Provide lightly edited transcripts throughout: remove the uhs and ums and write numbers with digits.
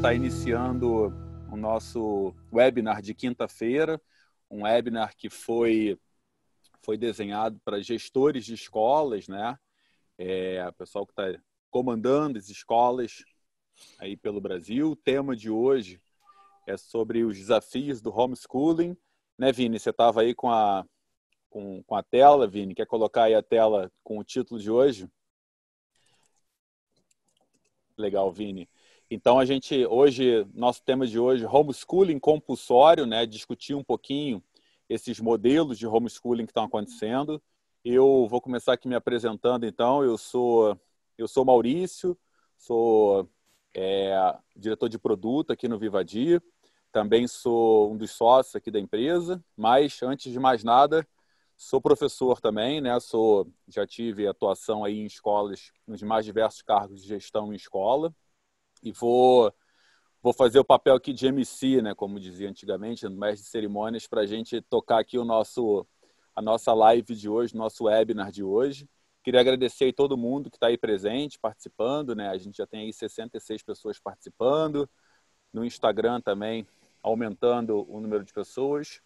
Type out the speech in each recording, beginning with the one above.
está iniciando o nosso webinar de quinta-feira, um webinar que foi desenhado para gestores de escolas, né? Pessoal que está comandando as escolas aí pelo Brasil. O tema de hoje é sobre os desafios do homeschooling. Né, Vini? Você estava aí com a tela, Vini? Quer colocar aí a tela com o título de hoje? Legal, Vini. Então, nosso tema de hoje, homeschooling compulsório, né? Discutir um pouquinho esses modelos de homeschooling que estão acontecendo. Eu vou começar aqui me apresentando, então. Eu sou Maurício, sou diretor de produto aqui no Vivadi. Também sou um dos sócios aqui da empresa, mas, antes de mais nada, sou professor também, né? Já tive atuação aí em escolas, nos mais diversos cargos de gestão em escola. E vou fazer o papel aqui de MC, né? Como dizia antigamente, mestre de cerimônias, para a gente tocar aqui a nossa live de hoje, nosso webinar de hoje. Queria agradecer a todo mundo que está aí presente, participando, né? A gente já tem aí 66 pessoas participando. No Instagram também, aumentando o número de pessoas.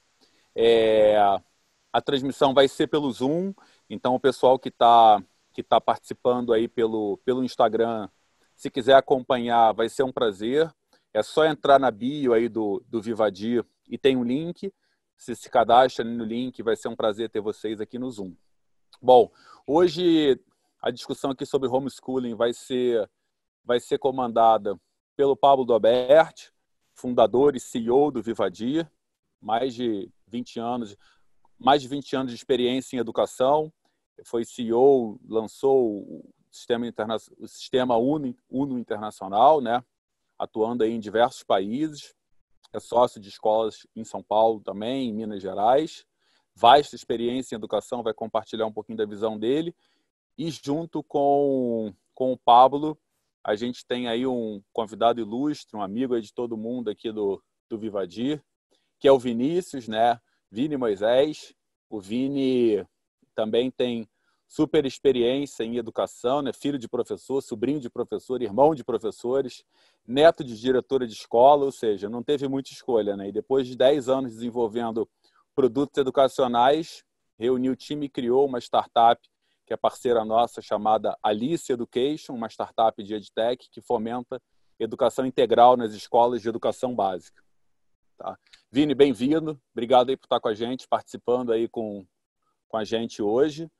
A transmissão vai ser pelo Zoom, então o pessoal que tá participando aí pelo Instagram, se quiser acompanhar, vai ser um prazer. É só entrar na bio aí do Vivadi e tem um link. Se cadastra no link, vai ser um prazer ter vocês aqui no Zoom. Bom, hoje a discussão aqui sobre homeschooling vai ser comandada pelo Pablo Doberti, fundador e CEO do Vivadi, mais de 20 anos de experiência em educação, foi CEO, lançou o sistema Uno Internacional, né? Atuando aí em diversos países, é sócio de escolas em São Paulo também, em Minas Gerais, vasta experiência em educação, vai compartilhar um pouquinho da visão dele, e junto com o Pablo, a gente tem aí um convidado ilustre, um amigo aí de todo mundo aqui do Vivadi, que é o Vinícius, né? Vini Moisés. O Vini também tem super experiência em educação, né? Filho de professor, sobrinho de professor, irmão de professores, neto de diretora de escola, ou seja, não teve muita escolha, né? E depois de 10 anos desenvolvendo produtos educacionais, reuniu o time e criou uma startup que é parceira nossa, chamada Alice Education, uma startup de EdTech que fomenta educação integral nas escolas de educação básica. Tá? Vini, bem-vindo. Obrigado aí por estar com a gente, participando aí com a gente hoje.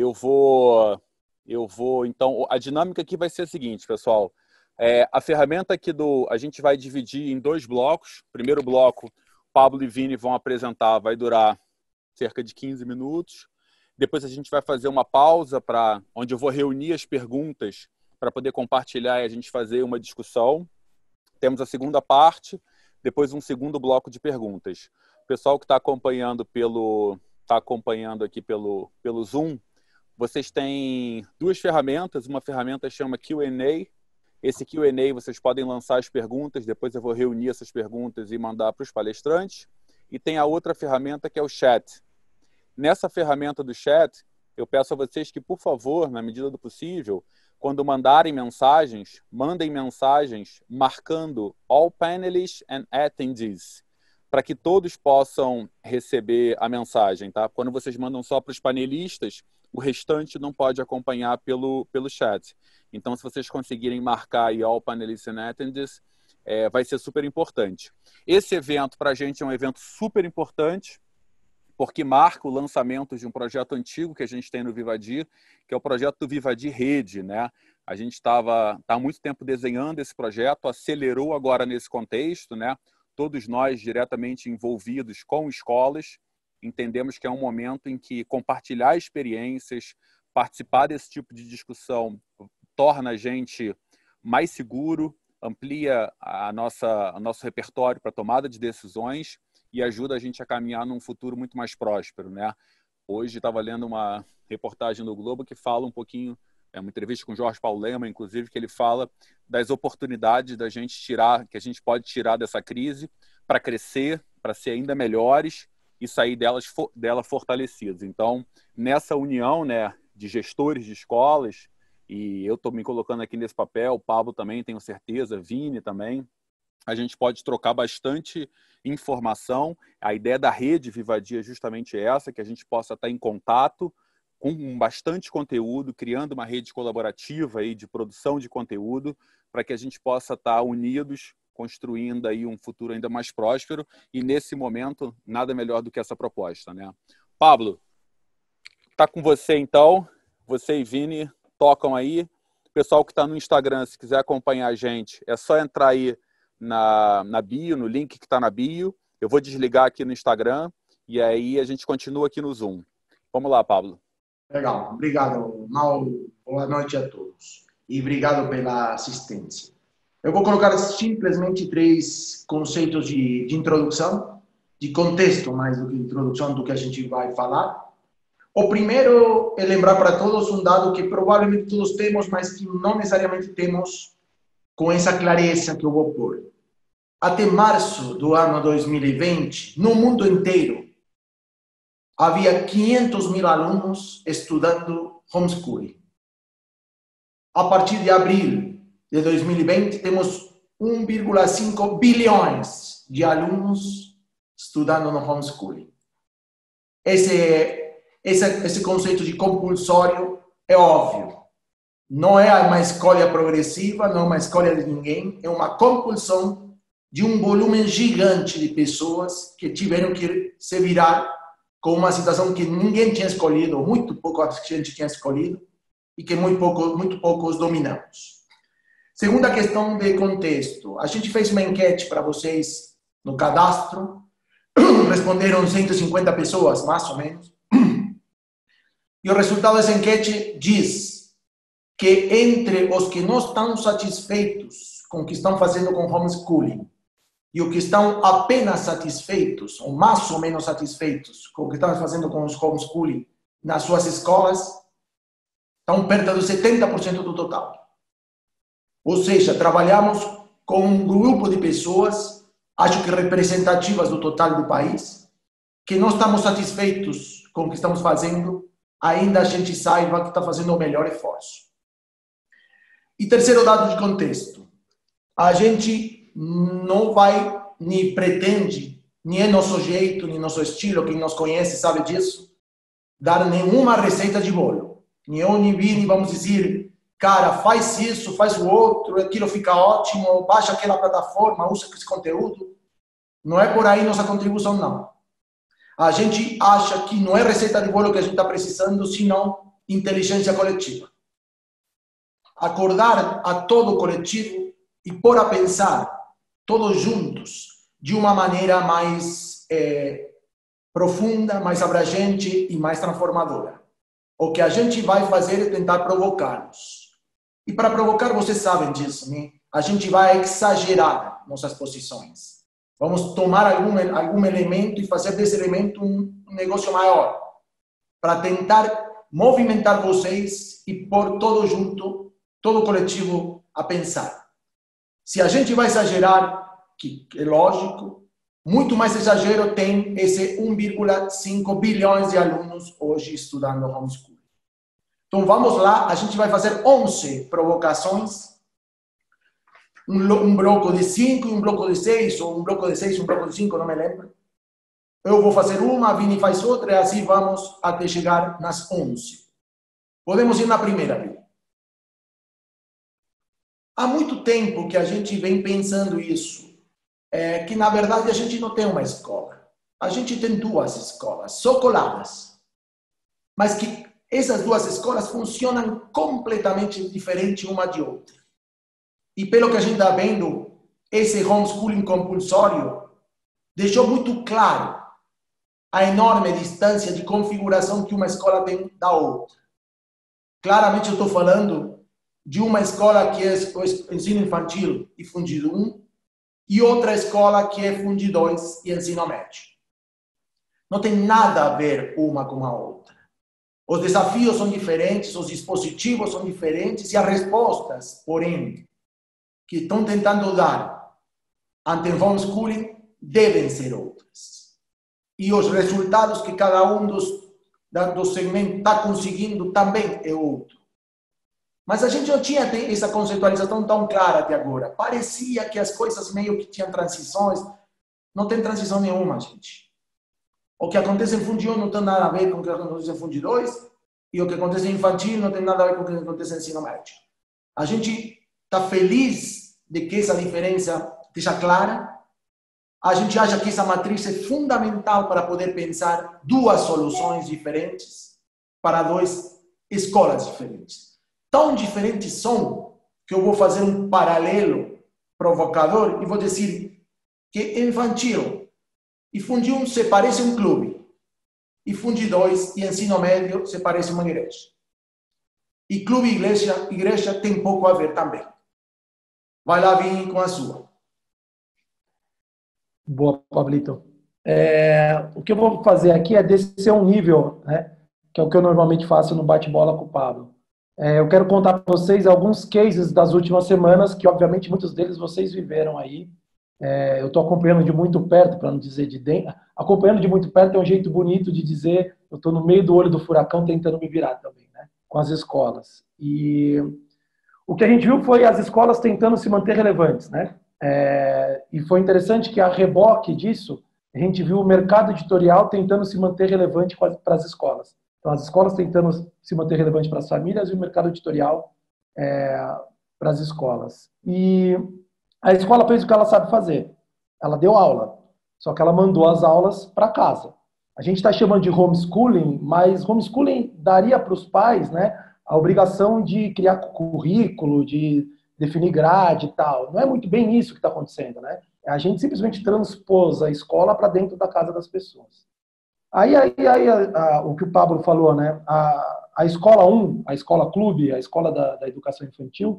Então, a dinâmica aqui vai ser a seguinte, pessoal. A ferramenta aqui a gente vai dividir em 2 blocos. O primeiro bloco, Pablo e Vini vão apresentar, vai durar cerca de 15 minutos. Depois a gente vai fazer uma pausa onde eu vou reunir as perguntas para poder compartilhar e a gente fazer uma discussão. Temos a segunda parte, depois um segundo bloco de perguntas. O pessoal que está acompanhando aqui pelo Zoom, vocês têm 2 ferramentas. Uma ferramenta chama Q&A. Esse Q&A vocês podem lançar as perguntas, depois eu vou reunir essas perguntas e mandar para os palestrantes. E tem a outra ferramenta que é o chat. Nessa ferramenta do chat, eu peço a vocês que, por favor, na medida do possível, quando mandarem mensagens, mandem mensagens marcando all panelists and attendees, para que todos possam receber a mensagem, tá? Quando vocês mandam só para os panelistas, o restante não pode acompanhar pelo chat. Então, se vocês conseguirem marcar aí all panelists and attendees, vai ser super importante. Esse evento, para a gente, é um evento super importante, porque marca o lançamento de um projeto antigo que a gente tem no Vivadi, que é o projeto do Vivadi Rede, né? A gente tá há muito tempo desenhando esse projeto, acelerou agora nesse contexto, né? Todos nós diretamente envolvidos com escolas, entendemos que é um momento em que compartilhar experiências, participar desse tipo de discussão torna a gente mais seguro, amplia o nosso repertório para tomada de decisões e ajuda a gente a caminhar num futuro muito mais próspero, né? Hoje estava lendo uma reportagem do Globo que fala um pouquinho, uma entrevista com o Jorge Paulo Lemann, inclusive, que ele fala das oportunidades que a gente pode tirar dessa crise para crescer, para ser ainda melhores e sair dela fortalecidos. Então, nessa união, né, de gestores de escolas, e eu estou me colocando aqui nesse papel, o Pablo também, tenho certeza, Vini também, a gente pode trocar bastante informação. A ideia da rede Vivadia é justamente essa, que a gente possa estar em contato com bastante conteúdo, criando uma rede colaborativa aí de produção de conteúdo, para que a gente possa estar unidos, construindo aí um futuro ainda mais próspero. E nesse momento, nada melhor do que essa proposta, né? Pablo, tá com você então. Você e Vini tocam aí. Pessoal que está no Instagram, se quiser acompanhar a gente, é só entrar aí na bio, no link que está na bio. Eu vou desligar aqui no Instagram e aí a gente continua aqui no Zoom. Vamos lá, Pablo. Legal. Obrigado, Mauro. Boa noite a todos. E obrigado pela assistência. Eu vou colocar simplesmente 3 conceitos de introdução, de contexto mais do que introdução do que a gente vai falar. O primeiro é lembrar para todos um dado que provavelmente todos temos, mas que não necessariamente temos com essa clareza que eu vou pôr. Até março do ano 2020, no mundo inteiro, havia 500.000 alunos estudando homeschooling. A partir de abril de 2020, temos 1,5 bilhões de alunos estudando no homeschooling. Esse conceito de compulsório é óbvio. Não é uma escolha progressiva, não é uma escolha de ninguém, é uma compulsão de um volume gigante de pessoas que tiveram que se virar com uma situação que ninguém tinha escolhido, ou muito pouca gente tinha escolhido, e que muito poucos dominamos. Segunda questão de contexto. A gente fez uma enquete para vocês no cadastro, responderam 150 pessoas, mais ou menos, e o resultado dessa enquete diz que entre os que não estão satisfeitos com o que estão fazendo com homeschooling e os que estão apenas satisfeitos, ou mais ou menos satisfeitos com o que estão fazendo com os homeschooling nas suas escolas, estão perto dos 70% do total. Ou seja, trabalhamos com um grupo de pessoas, acho que representativas do total do país, que não estamos satisfeitos com o que estamos fazendo, ainda a gente saiba que está fazendo o melhor esforço. E terceiro dado de contexto, a gente não vai, nem pretende, nem é nosso jeito, nem nosso estilo, quem nos conhece sabe disso, dar nenhuma receita de bolo. Nem eu, nem Vini vamos dizer, cara, faz isso, faz o outro, aquilo fica ótimo, baixa aquela plataforma, usa esse conteúdo. Não é por aí nossa contribuição, não. A gente acha que não é receita de bolo que a gente está precisando, senão inteligência coletiva. Acordar a todo o coletivo e pôr a pensar, todos juntos, de uma maneira mais profunda, mais abrangente e mais transformadora. O que a gente vai fazer é tentar provocá-los. E para provocar, vocês sabem disso, né? A gente vai exagerar nossas posições. Vamos tomar algum elemento e fazer desse elemento um negócio maior, para tentar movimentar vocês e pôr todo junto, todo o coletivo a pensar. Se a gente vai exagerar, que é lógico, muito mais exagero tem esse 1,5 bilhões de alunos hoje estudando homeschooling. Então vamos lá, a gente vai fazer 11 provocações, um bloco de 5 e um bloco de 6, ou um bloco de 6 e um bloco de 5, não me lembro. Eu vou fazer uma, a Vini faz outra, e assim vamos até chegar nas 11. Podemos ir na primeira, Vini. Há muito tempo que a gente vem pensando isso, que na verdade a gente não tem uma escola. A gente tem 2 escolas, só coladas. Mas que essas 2 escolas funcionam completamente diferente uma de outra. E pelo que a gente está vendo, esse homeschooling compulsório deixou muito claro a enorme distância de configuração que uma escola tem da outra. Claramente eu estou falando de uma escola que é o ensino infantil e fundido 1 e outra escola que é fundido 2 e ensino médio. Não tem nada a ver uma com a outra. Os desafios são diferentes, os dispositivos são diferentes e as respostas, porém, que estão tentando dar ante o homeschooling devem ser outras. E os resultados que cada um dos segmentos está conseguindo também é outro. Mas a gente não tinha essa conceitualização tão clara até agora. Parecia que as coisas meio que tinham transições. Não tem transição nenhuma, gente. O que acontece em Fundi 1 não tem nada a ver com o que acontece em Fundi 2, e o que acontece em infantil não tem nada a ver com o que acontece em ensino médio. A gente está feliz de que essa diferença esteja clara. A gente acha que essa matriz é fundamental para poder pensar duas soluções diferentes para duas escolas diferentes. Tão diferentes são que eu vou fazer um paralelo provocador e vou dizer que infantil e Fundi 1 se parece um clube, e Fundi 2 e ensino médio se parece uma igreja. E clube e igreja tem pouco a ver também. Vai lá, Vini, com a sua. Boa, Pablito. O que eu vou fazer aqui é descer um nível, né, que é o que eu normalmente faço no bate-bola com o Pablo. Eu quero contar para vocês alguns cases das últimas semanas, que obviamente muitos deles vocês viveram aí. Eu estou acompanhando de muito perto, para não dizer de dentro. Acompanhando de muito perto é um jeito bonito de dizer, eu estou no meio do olho do furacão tentando me virar também, né, com as escolas. E o que a gente viu foi as escolas tentando se manter relevantes, né? E foi interessante que a reboque disso, a gente viu o mercado editorial tentando se manter relevante para as escolas. Então, as escolas tentando se manter relevante para as famílias e o mercado editorial para as escolas. E a escola fez o que ela sabe fazer. Ela deu aula, só que ela mandou as aulas para casa. A gente está chamando de homeschooling, mas homeschooling daria para os pais, né, a obrigação de criar currículo, de definir grade e tal. Não é muito bem isso que está acontecendo, né? A gente simplesmente transpôs a escola para dentro da casa das pessoas. O que o Pablo falou, né? A escola 1, a escola clube, a escola da educação infantil,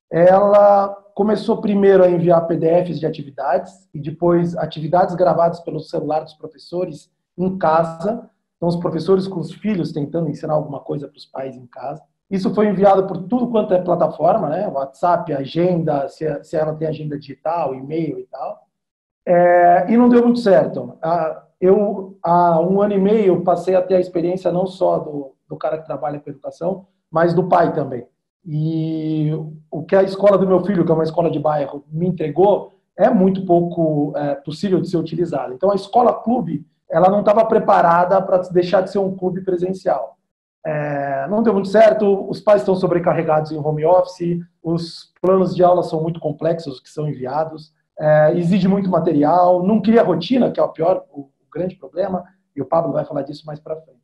ela começou primeiro a enviar PDFs de atividades e depois atividades gravadas pelo celular dos professores em casa. Então, os professores com os filhos tentando ensinar alguma coisa para os pais em casa. Isso foi enviado por tudo quanto é plataforma, né? WhatsApp, agenda, se ela tem agenda digital, e-mail e tal. E não deu muito certo. Eu, há 1 ano e meio, passei a ter a experiência não só do cara que trabalha com educação, mas do pai também. E o que a escola do meu filho, que é uma escola de bairro, me entregou, é muito pouco possível de ser utilizado. Então, a escola clube, ela não estava preparada para deixar de ser um clube presencial. Não deu muito certo, os pais estão sobrecarregados em home office, os planos de aula são muito complexos, os que são enviados, exige muito material, não cria rotina, que é o pior, o grande problema, e o Pablo vai falar disso mais para frente.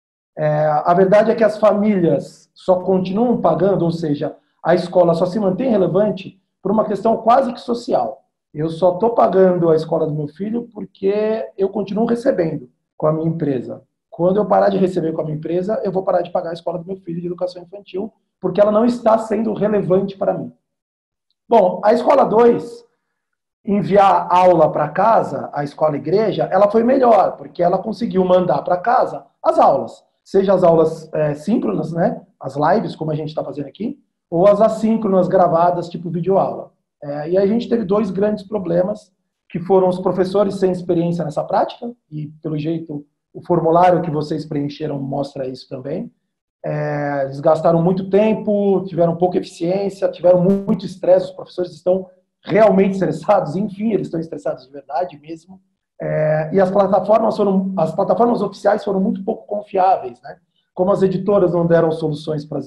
A verdade é que as famílias só continuam pagando, ou seja, a escola só se mantém relevante por uma questão quase que social. Eu só estou pagando a escola do meu filho porque eu continuo recebendo com a minha empresa. Quando eu parar de receber com a minha empresa, eu vou parar de pagar a escola do meu filho de educação infantil, porque ela não está sendo relevante para mim. Bom, a escola 2, enviar aula para casa, a escola igreja, ela foi melhor, porque ela conseguiu mandar para casa as aulas. Seja as aulas síncronas, né, as lives, como a gente está fazendo aqui, ou as assíncronas gravadas, tipo videoaula. E aí a gente teve 2 grandes problemas, que foram os professores sem experiência nessa prática, e pelo jeito o formulário que vocês preencheram mostra isso também. Eles gastaram muito tempo, tiveram pouca eficiência, tiveram muito estresse, os professores estão realmente estressados, enfim, eles estão estressados de verdade mesmo. E as plataformas oficiais foram muito pouco confiáveis, né? Como as editoras não deram soluções para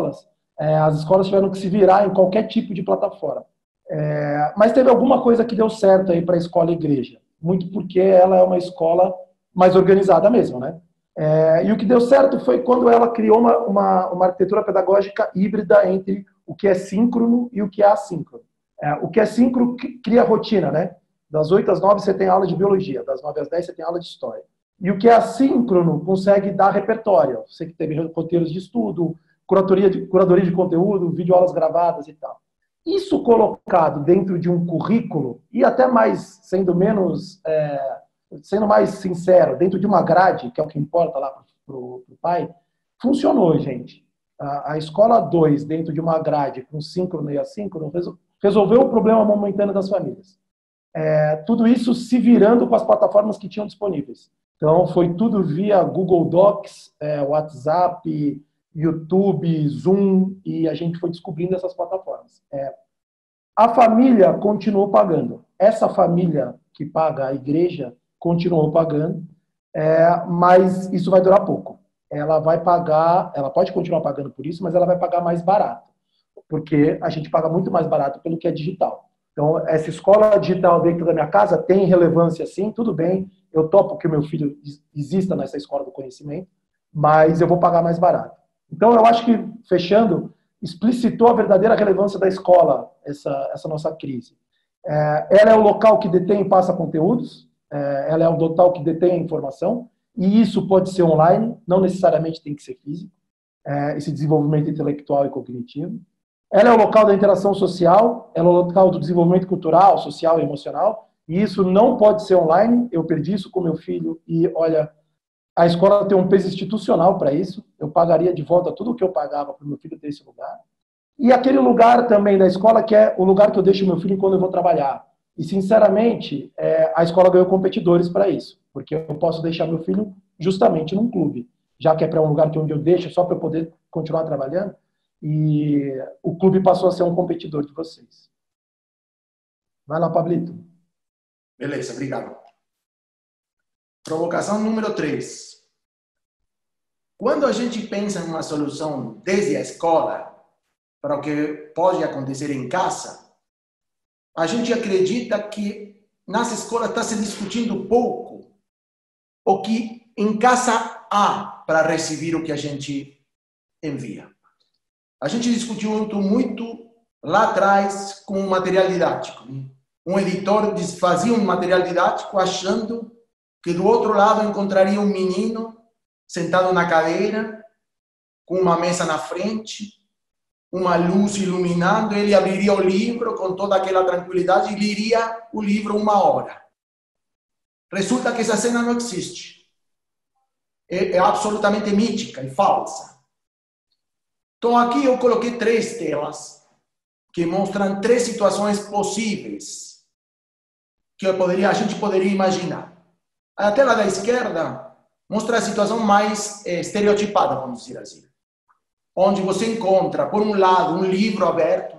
as escolas tiveram que se virar em qualquer tipo de plataforma. Mas teve alguma coisa que deu certo aí para a escola igreja, muito porque ela é uma escola mais organizada mesmo, né? E o que deu certo foi quando ela criou uma arquitetura pedagógica híbrida entre o que é síncrono e o que é assíncrono. O que é síncrono cria rotina, né? Das 8 às 9 você tem aula de biologia, das 9 às 10 você tem aula de história. E o que é assíncrono consegue dar repertório. Você que teve roteiros de estudo, curadoria de conteúdo, videoaulas gravadas e tal. Isso colocado dentro de um currículo, e até mais, sendo mais sincero, dentro de uma grade, que é o que importa lá para o pai, funcionou, gente. A escola 2, dentro de uma grade com síncrono e assíncrono, resolveu o problema momentâneo das famílias. Tudo isso se virando com as plataformas que tinham disponíveis. Então, foi tudo via Google Docs, WhatsApp, YouTube, Zoom, e a gente foi descobrindo essas plataformas. A família continuou pagando. Essa família que paga a igreja continuou pagando, mas isso vai durar pouco. Ela vai pagar, ela pode continuar pagando por isso, mas ela vai pagar mais barato, porque a gente paga muito mais barato pelo que é digital. Então, essa escola digital dentro da minha casa tem relevância, sim, tudo bem, eu topo que o meu filho exista nessa escola do conhecimento, mas eu vou pagar mais barato. Então, eu acho que, fechando, explicitou a verdadeira relevância da escola, essa nossa crise. Ela é o local que detém e passa conteúdos, ela é o local que detém a informação, e isso pode ser online, não necessariamente tem que ser físico, esse desenvolvimento intelectual e cognitivo. Ela é o local da interação social, ela é o local do desenvolvimento cultural, social e emocional, e isso não pode ser online. Eu perdi isso com meu filho e, olha, a escola tem um peso institucional para isso. Eu pagaria de volta tudo o que eu pagava para o meu filho ter esse lugar. E aquele lugar também da escola que é o lugar que eu deixo meu filho quando eu vou trabalhar. E, sinceramente, a escola ganhou competidores para isso, porque eu posso deixar meu filho justamente num clube, já que é para um lugar onde eu deixo só para eu poder continuar trabalhando. E o clube passou a ser um competidor de vocês. Vai lá, Pablito. Beleza, obrigado. Provocação número 3. Quando a gente pensa em uma solução desde a escola para o que pode acontecer em casa, a gente acredita que nas escolas está se discutindo pouco o que em casa há para receber o que a gente envia. A gente discutiu muito lá atrás com o material didático. Um editor fazia um material didático achando que do outro lado encontraria um menino sentado na cadeira, com uma mesa na frente, uma luz iluminando, ele abriria o livro com toda aquela tranquilidade e leria o livro 1 hora. Resulta que essa cena não existe. É absolutamente mítica e falsa. Então aqui eu coloquei 3 telas que mostram 3 situações possíveis que a gente poderia imaginar. A tela da esquerda mostra a situação mais estereotipada, vamos dizer assim. Onde você encontra, por um lado, um livro aberto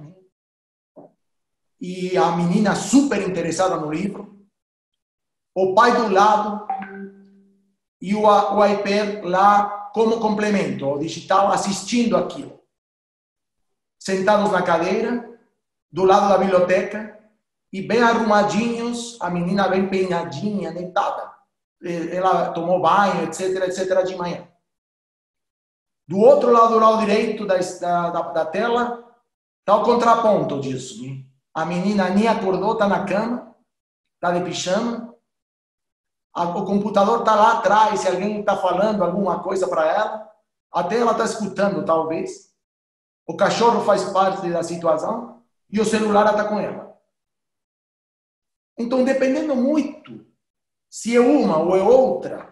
e a menina super interessada no livro, o pai do lado e o iPad lá como complemento, o digital assistindo aquilo. Sentados na cadeira, do lado da biblioteca, e bem arrumadinhos, a menina bem peinadinha, deitada. Ela tomou banho, etc, etc, de manhã. Do outro lado, do lado direito da tela, está o contraponto disso. A menina nem acordou, está na cama, está de pijama. O computador está lá atrás, se alguém está falando alguma coisa para ela. Até ela está escutando, talvez. O cachorro faz parte da situação e o celular está com ela. Então, dependendo muito se é uma ou é outra,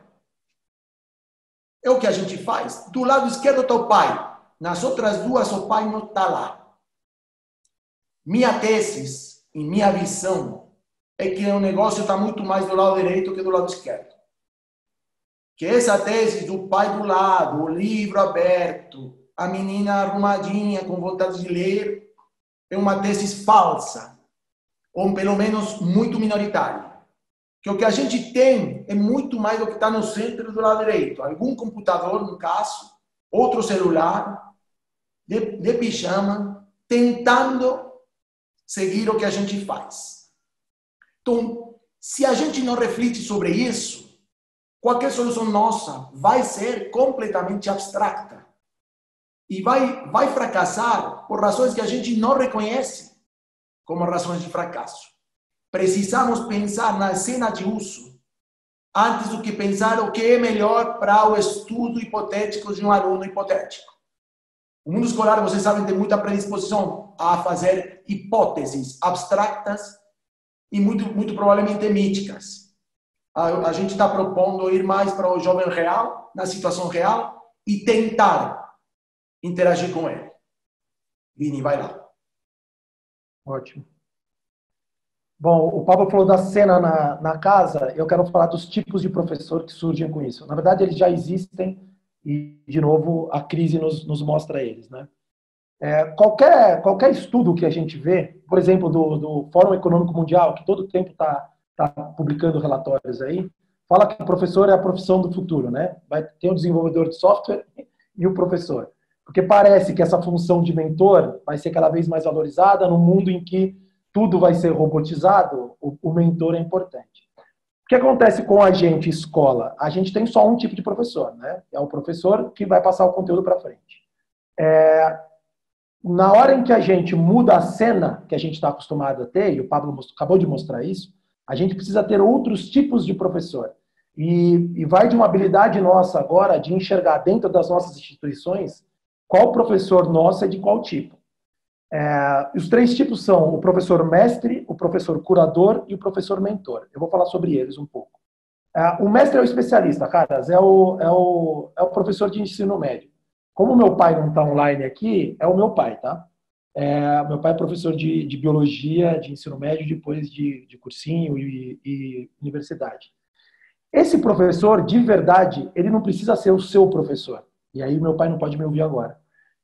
é o que a gente faz. Do lado esquerdo está o pai. Nas outras duas, o pai não está lá. Minha tese e minha visão é que o negócio está muito mais do lado direito que do lado esquerdo. Que essa tese do pai do lado, o livro aberto, a menina arrumadinha, com vontade de ler, é uma tese falsa, ou pelo menos muito minoritária. Que o que a gente tem é muito mais do que está no centro do lado direito. Algum computador, no caso, outro celular, de pijama, tentando seguir o que a gente faz. Então, se a gente não reflete sobre isso, qualquer solução nossa vai ser completamente abstrata. E vai fracassar por razões que a gente não reconhece como razões de fracasso. Precisamos pensar na cena de uso antes do que pensar o que é melhor para o estudo hipotético de um aluno hipotético. O mundo escolar, vocês sabem, tem muita predisposição a fazer hipóteses abstratas e muito provavelmente míticas. A gente está propondo ir mais para o jovem real, na situação real, e tentar interagir com ele. Vini, vai lá. Ótimo. Bom, o Pablo falou da cena na casa, eu quero falar dos tipos de professor que surgem com isso. Na verdade, eles já existem e, de novo, a crise nos mostra eles, né? Qualquer estudo que a gente vê, por exemplo, do Fórum Econômico Mundial, que todo tempo está publicando relatórios aí, fala que o professor é a profissão do futuro, né? Vai ter o desenvolvedor de software e o professor. Porque parece que essa função de mentor vai ser cada vez mais valorizada num mundo em que tudo vai ser robotizado, o mentor é importante. O que acontece com a gente, escola? A gente tem só um tipo de professor, né? É o professor que vai passar o conteúdo para frente. Na hora em que a gente muda a cena que a gente está acostumado a ter, e o Pablo acabou de mostrar isso, a gente precisa ter outros tipos de professor. E vai de uma habilidade nossa agora de enxergar dentro das nossas instituições qual professor nosso é de qual tipo. Os 3 tipos são o professor mestre, o professor curador e o professor mentor. Eu vou falar sobre eles um pouco. O mestre é o especialista, caras, é o professor de ensino médio. Como meu pai não está online aqui, é o meu pai, tá? Meu pai é professor de biologia, de ensino médio, depois de cursinho e universidade. Esse professor, de verdade, ele não precisa ser o seu professor. E aí meu pai não pode me ouvir agora.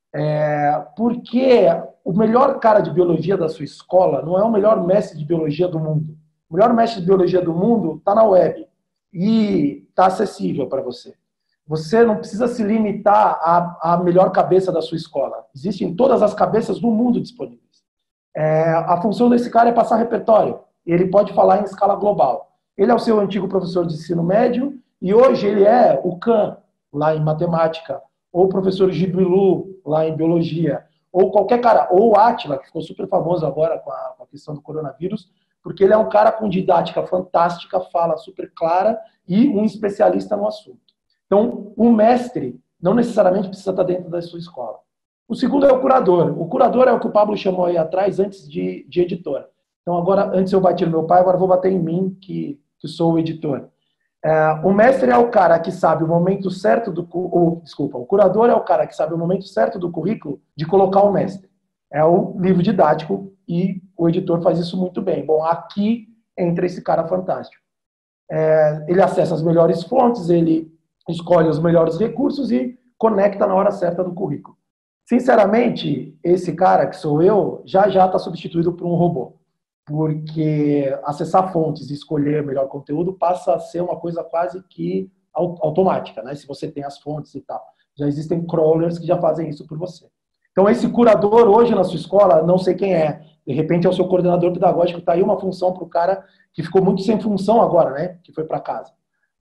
Porque o melhor cara de biologia da sua escola não é o melhor mestre de biologia do mundo. O melhor mestre de biologia do mundo está na web e está acessível para você. Você não precisa se limitar à melhor cabeça da sua escola. Existem todas as cabeças do mundo disponíveis. A função desse cara é passar repertório. Ele pode falar em escala global. Ele é o seu antigo professor de ensino médio e hoje ele é o Khan, lá em matemática, ou o professor Gibilu, lá em biologia, ou qualquer cara, ou o Átila, que ficou super famoso agora com a questão do coronavírus, porque ele é um cara com didática fantástica, fala super clara e um especialista no assunto. Então, o mestre não necessariamente precisa estar dentro da sua escola. O segundo é o curador. O curador é o que o Pablo chamou aí atrás, antes de editor. Então, agora, antes eu bati no meu pai, agora eu vou bater em mim, que sou o editor. O mestre é o cara que sabe o momento certo o curador é o cara que sabe o momento certo do currículo de colocar o mestre. É o livro didático e o editor faz isso muito bem. Bom, aqui entra esse cara fantástico. Ele acessa as melhores fontes, ele escolhe os melhores recursos e conecta na hora certa do currículo. Sinceramente, esse cara, que sou eu, já está substituído por um robô. Porque acessar fontes e escolher melhor conteúdo passa a ser uma coisa quase que automática, né? Se você tem as fontes e tal. Já existem crawlers que já fazem isso por você. Então, esse curador hoje na sua escola, não sei quem é. De repente é o seu coordenador pedagógico, está aí uma função para o cara que ficou muito sem função agora, né? Que foi para casa.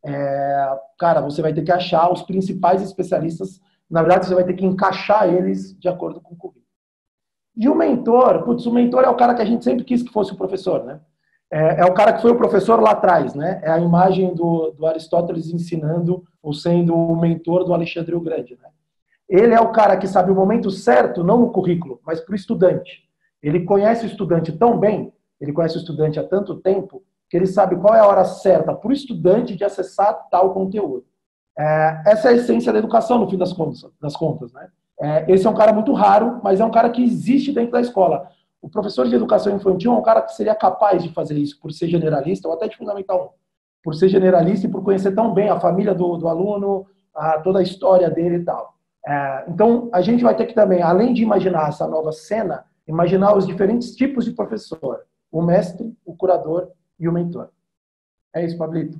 Cara, você vai ter que achar os principais especialistas. Na verdade, você vai ter que encaixar eles de acordo com o currículo. E o mentor, o mentor é o cara que a gente sempre quis que fosse o professor, né? É o cara que foi o professor lá atrás, né? É a imagem do Aristóteles ensinando ou sendo o mentor do Alexandre o Grande, né? Ele é o cara que sabe o momento certo, não no currículo, mas para o estudante. Ele conhece o estudante tão bem, ele conhece o estudante há tanto tempo, que ele sabe qual é a hora certa para o estudante de acessar tal conteúdo. Essa é a essência da educação, no fim das contas, né? Esse é um cara muito raro, mas é um cara que existe dentro da escola. O professor de educação infantil é um cara que seria capaz de fazer isso, por ser generalista, ou até de Fundamental 1, por ser generalista e por conhecer tão bem a família do aluno, toda a história dele e tal. Então, a gente vai ter que também, além de imaginar essa nova cena, imaginar os diferentes tipos de professor. O mestre, o curador e o mentor. É isso, Pablito.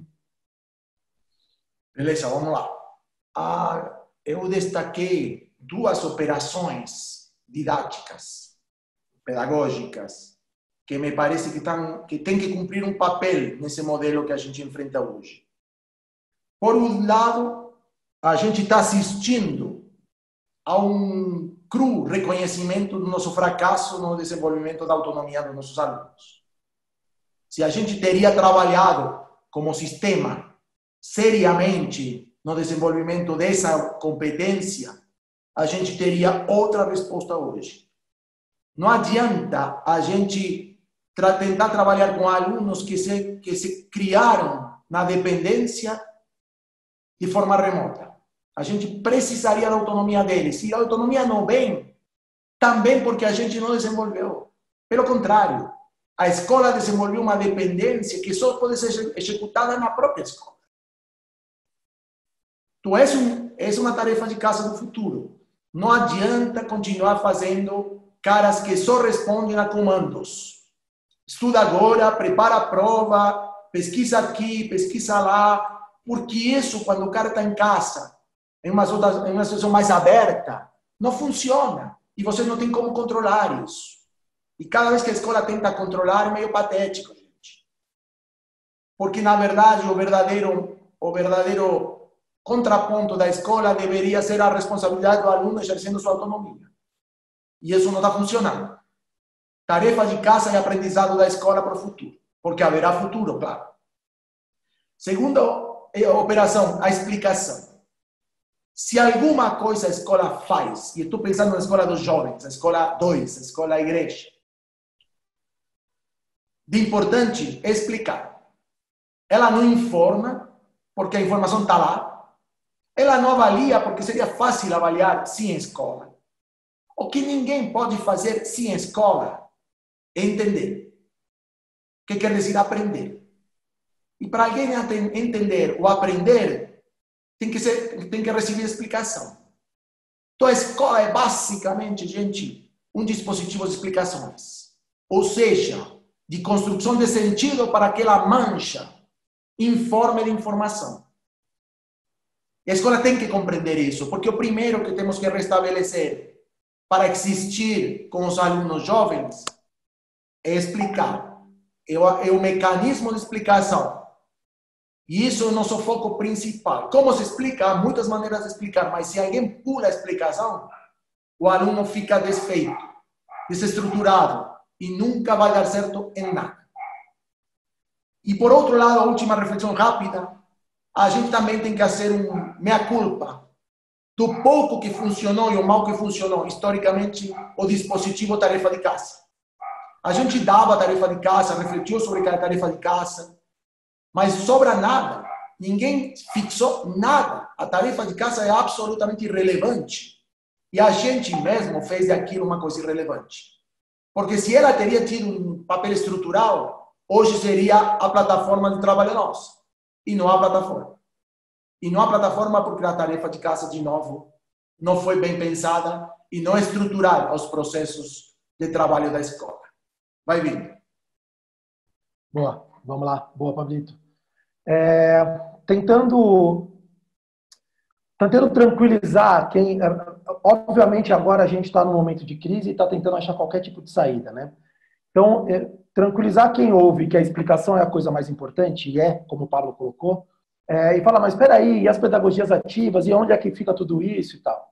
Beleza, vamos lá. Eu destaquei 2 operações didáticas, pedagógicas, que me parece que tem que cumprir um papel nesse modelo que a gente enfrenta hoje. Por um lado, a gente está assistindo a um cru reconhecimento do nosso fracasso no desenvolvimento da autonomia dos nossos alunos. Se a gente teria trabalhado como sistema seriamente no desenvolvimento dessa competência, a gente teria outra resposta hoje. Não adianta a gente tentar trabalhar com alunos que se criaram na dependência de forma remota. A gente precisaria da autonomia deles. E a autonomia não vem também porque a gente não desenvolveu. Pelo contrário, a escola desenvolveu uma dependência que só pode ser executada na própria escola. Então, essa é uma tarefa de casa do futuro. Não adianta continuar fazendo caras que só respondem a comandos. Estuda agora, prepara a prova, pesquisa aqui, pesquisa lá, porque isso, quando o cara está em casa, em uma situação mais aberta, não funciona. E você não tem como controlar isso. E cada vez que a escola tenta controlar, é meio patético, gente. Porque, na verdade, o verdadeiro contraponto da escola deveria ser a responsabilidade do aluno exercendo sua autonomia. E isso não está funcionando. Tarefa de casa e aprendizado da escola para o futuro. Porque haverá futuro, claro. Segunda operação, a explicação. Se alguma coisa a escola faz, e estou pensando na escola dos jovens, a escola 2, a escola igreja, de importante é explicar. Ela não informa, porque a informação está lá. Ela não avalia, porque seria fácil avaliar sem escola. O que ninguém pode fazer sem escola é entender. O que quer dizer aprender. E para alguém entender ou aprender, tem que receber explicação. Então a escola é basicamente, gente, um dispositivo de explicações. Ou seja, de construção de sentido para aquela mancha informe de informação. E a escola tem que compreender isso, porque o primeiro que temos que restabelecer para existir com os alunos jovens é explicar. É o mecanismo de explicação. E isso é o nosso foco principal. Como se explica? Há muitas maneiras de explicar, mas se alguém pula a explicação, o aluno fica desfeito, desestruturado e nunca vai dar certo em nada. E por outro lado, a última reflexão rápida, a gente também tem que fazer meia-culpa do pouco que funcionou e o mal que funcionou historicamente o dispositivo tarefa de casa. A gente dava a tarefa de casa, refletiu sobre cada tarefa de casa, mas sobra nada. Ninguém fixou nada. A tarefa de casa é absolutamente irrelevante. E a gente mesmo fez daquilo uma coisa irrelevante. Porque se ela teria tido um papel estrutural, hoje seria a plataforma de trabalho nossa. E não a plataforma. E não a plataforma porque a tarefa de casa, de novo, não foi bem pensada e não é estrutural aos processos de trabalho da escola. Vai vindo. Boa, vamos lá. Boa, Pablito. Tentando tranquilizar quem... Obviamente, agora a gente está num momento de crise e está tentando achar qualquer tipo de saída, né? Então, tranquilizar quem ouve que a explicação é a coisa mais importante, e como o Pablo colocou, e falar, mas espera aí, e as pedagogias ativas, e onde é que fica tudo isso e tal?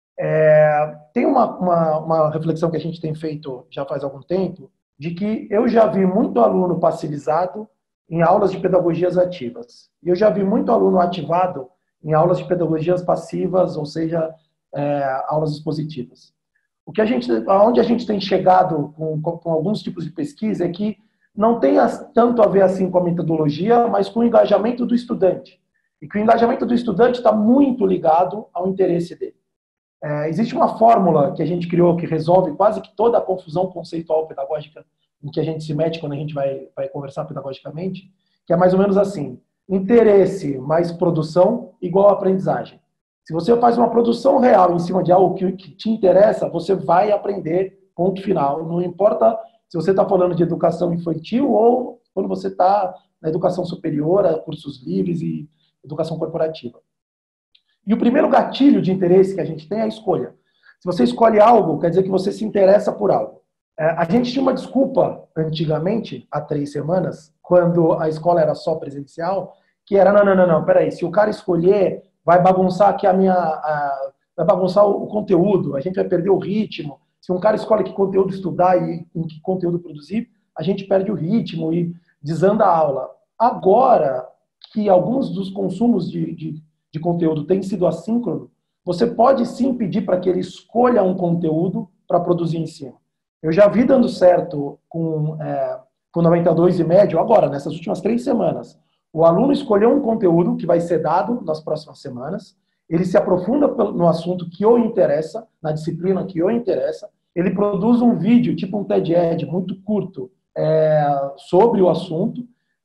Tem uma reflexão que a gente tem feito já faz algum tempo, de que eu já vi muito aluno passivizado em aulas de pedagogias ativas. E eu já vi muito aluno ativado em aulas de pedagogias passivas, ou seja, aulas expositivas. Onde a gente tem chegado com alguns tipos de pesquisa é que não tem tanto a ver assim com a metodologia, mas com o engajamento do estudante. E que o engajamento do estudante está muito ligado ao interesse dele. Existe uma fórmula que a gente criou que resolve quase que toda a confusão conceitual pedagógica em que a gente se mete quando a gente vai conversar pedagogicamente, que é mais ou menos assim: interesse mais produção igual aprendizagem. Se você faz uma produção real em cima de algo que te interessa, você vai aprender, ponto final. Não importa se você está falando de educação infantil ou quando você está na educação superior, cursos livres e educação corporativa. E o primeiro gatilho de interesse que a gente tem é a escolha. Se você escolhe algo, quer dizer que você se interessa por algo. A gente tinha uma desculpa antigamente, há 3 semanas, quando a escola era só presencial, que era, não, peraí, se o cara escolher, vai bagunçar aqui vai bagunçar o conteúdo, a gente vai perder o ritmo. Se um cara escolhe que conteúdo estudar e em que conteúdo produzir, a gente perde o ritmo e desanda a aula. Agora que alguns dos consumos de conteúdo têm sido assíncrono, você pode sim pedir para que ele escolha um conteúdo para produzir em cima. Eu já vi dando certo com 92 e médio, agora, nessas últimas 3 semanas. O aluno escolheu um conteúdo que vai ser dado nas próximas semanas, ele se aprofunda no assunto que o interessa, na disciplina que o interessa, ele produz um vídeo, tipo um TED-Ed, muito curto, sobre o assunto,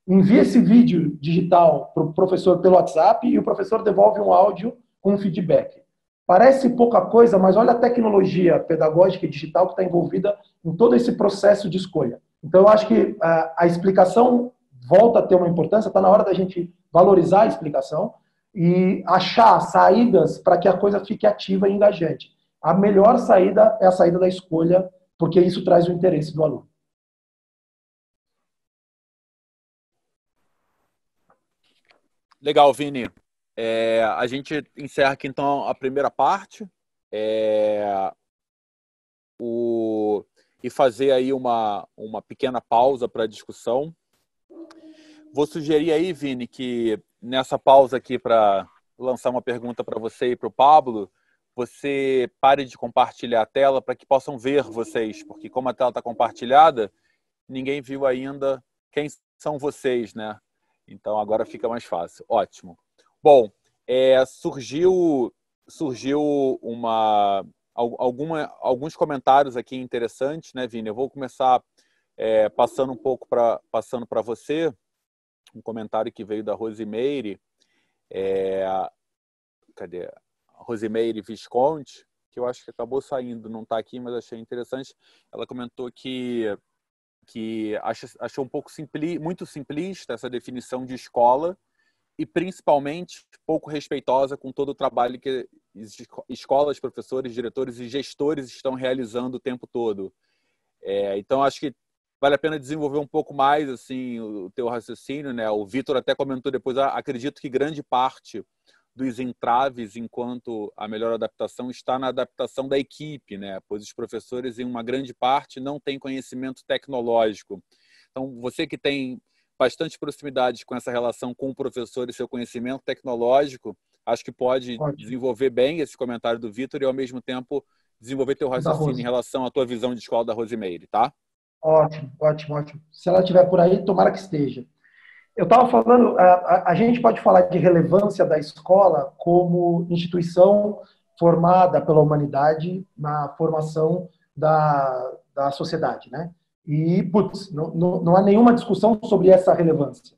envia esse vídeo digital para o professor pelo WhatsApp e o professor devolve um áudio com um feedback. Parece pouca coisa, mas olha a tecnologia pedagógica e digital que está envolvida em todo esse processo de escolha. Então, eu acho que a explicação volta a ter uma importância, está na hora da gente valorizar a explicação e achar saídas para que a coisa fique ativa e engajante. A melhor saída é a saída da escolha, porque isso traz o interesse do aluno. Legal, Vini. A gente encerra aqui, então, a primeira parte. E fazer aí uma pequena pausa para a discussão. Vou sugerir aí, Vini, que nessa pausa aqui para lançar uma pergunta para você e para o Pablo, você pare de compartilhar a tela para que possam ver vocês, porque como a tela está compartilhada, ninguém viu ainda quem são vocês, né? Então agora fica mais fácil. Ótimo. Bom, surgiu alguns comentários aqui interessantes, né, Vini? Eu vou começar passando para você um comentário que veio da Rosimeire, cadê? Rosimeire Visconti, que eu acho que acabou saindo, não está aqui, mas achei interessante. Ela comentou que achou um pouco muito simplista essa definição de escola e principalmente pouco respeitosa com todo o trabalho que escolas, professores, diretores e gestores estão realizando o tempo todo. Então, acho que vale a pena desenvolver um pouco mais assim, o teu raciocínio, né? O Vitor até comentou depois, acredito que grande parte dos entraves enquanto a melhor adaptação está na adaptação da equipe, né? Pois os professores, em uma grande parte, não têm conhecimento tecnológico. Então, você que tem bastante proximidade com essa relação com o professor e seu conhecimento tecnológico, acho que pode desenvolver bem esse comentário do Vitor e, ao mesmo tempo, desenvolver teu raciocínio em relação à tua visão de escola da Rosimeire, tá? Ótimo, ótimo, ótimo. Se ela estiver por aí, tomara que esteja. Eu estava falando, a gente pode falar de relevância da escola como instituição formada pela humanidade na formação da sociedade, né? E, putz, não há nenhuma discussão sobre essa relevância.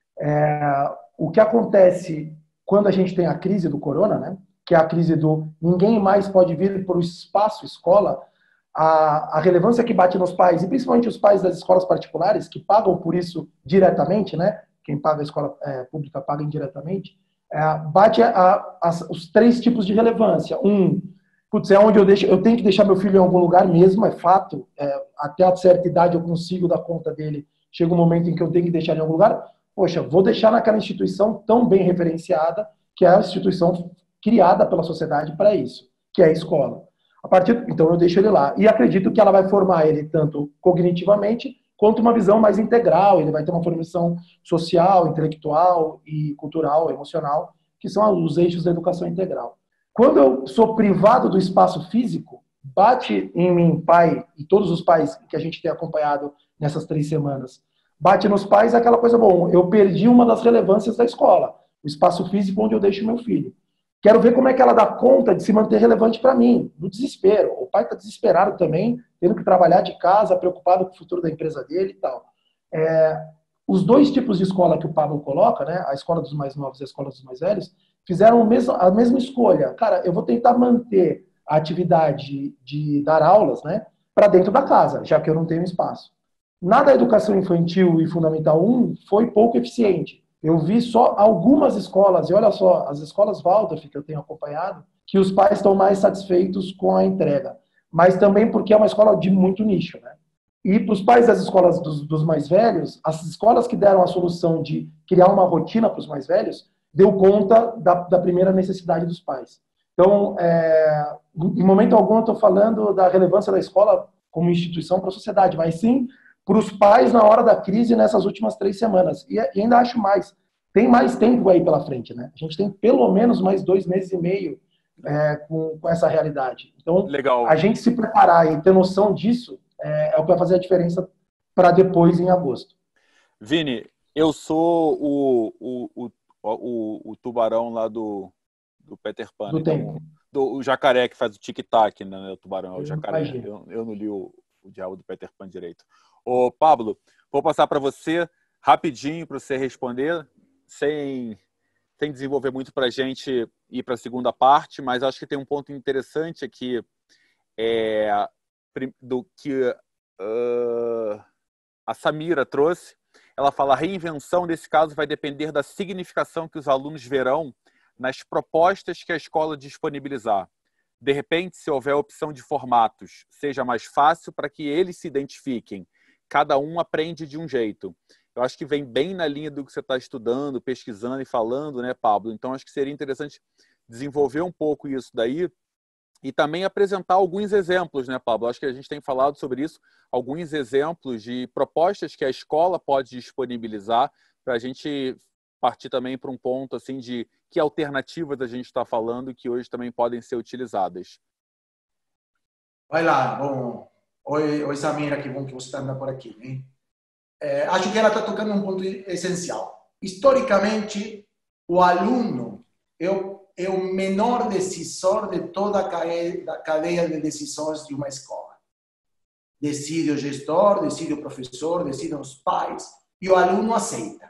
O que acontece quando a gente tem a crise do corona, né? Que é a crise do ninguém mais pode vir para o espaço escola, a relevância que bate nos pais, e principalmente os pais das escolas particulares, que pagam por isso diretamente, né? Quem paga a escola pública paga indiretamente, bate os três tipos de relevância. Putz, é onde eu tenho que deixar meu filho em algum lugar mesmo, é fato, até a certa idade eu consigo dar conta dele, chega um momento em que eu tenho que deixar em algum lugar, poxa, vou deixar naquela instituição tão bem referenciada, que é a instituição criada pela sociedade para isso, que é a escola. Então eu deixo ele lá. E acredito que ela vai formar ele tanto cognitivamente, quanto uma visão mais integral. Ele vai ter uma formação social, intelectual e cultural, emocional, que são os eixos da educação integral. Quando eu sou privado do espaço físico, bate em mim, pai, e todos os pais que a gente tem acompanhado nessas 3 semanas, bate nos pais aquela coisa, bom, eu perdi uma das relevâncias da escola, o espaço físico onde eu deixo meu filho. Quero ver como é que ela dá conta de se manter relevante para mim, no desespero. O pai está desesperado também, tendo que trabalhar de casa, preocupado com o futuro da empresa dele e tal. Os 2 tipos de escola que o Pablo coloca, né, a escola dos mais novos e a escola dos mais velhos, fizeram a mesma escolha. Cara, eu vou tentar manter a atividade de dar aulas, né, para dentro da casa, já que eu não tenho espaço. Na da educação infantil e fundamental 1, foi pouco eficiente. Eu vi só algumas escolas, e olha só, as escolas Waldorf que eu tenho acompanhado, que os pais estão mais satisfeitos com a entrega. Mas também porque é uma escola de muito nicho, né? E para os pais das escolas dos mais velhos, as escolas que deram a solução de criar uma rotina para os mais velhos, deu conta da primeira necessidade dos pais. Então, em momento algum eu estou falando da relevância da escola como instituição para a sociedade, mas sim para os pais na hora da crise nessas últimas 3 semanas. E ainda acho mais. Tem mais tempo aí pela frente, né? A gente tem pelo menos mais 2 meses e meio com essa realidade. Então, legal. A gente se preparar e ter noção disso é o que vai fazer a diferença para depois, em agosto. Vini, eu sou o tubarão lá do Peter Pan. Do tempo. O jacaré que faz o tic-tac, né? O tubarão é o jacaré. Eu não li o diabo do Peter Pan direito. Ô, Pablo, vou passar para você rapidinho para você responder, sem desenvolver muito para a gente ir para a segunda parte, mas acho que tem um ponto interessante aqui do que a Samira trouxe. Ela fala: a reinvenção, nesse caso, vai depender da significação que os alunos verão nas propostas que a escola disponibilizar. De repente, se houver opção de formatos, seja mais fácil para que eles se identifiquem. Cada um aprende de um jeito. Eu acho que vem bem na linha do que você está estudando, pesquisando e falando, né, Pablo? Então, acho que seria interessante desenvolver um pouco isso daí e também apresentar alguns exemplos, né, Pablo? Acho que a gente tem falado sobre isso, alguns exemplos de propostas que a escola pode disponibilizar para a gente partir também para um ponto assim de que alternativas a gente está falando que hoje também podem ser utilizadas. Vai lá, bom. Oi, Samira, que bom que você está andando por aqui, né? Acho que ela está tocando um ponto essencial. Historicamente, o aluno é o menor decisor de toda a cadeia de decisões de uma escola. Decide o gestor, decide o professor, decidem os pais, e o aluno aceita.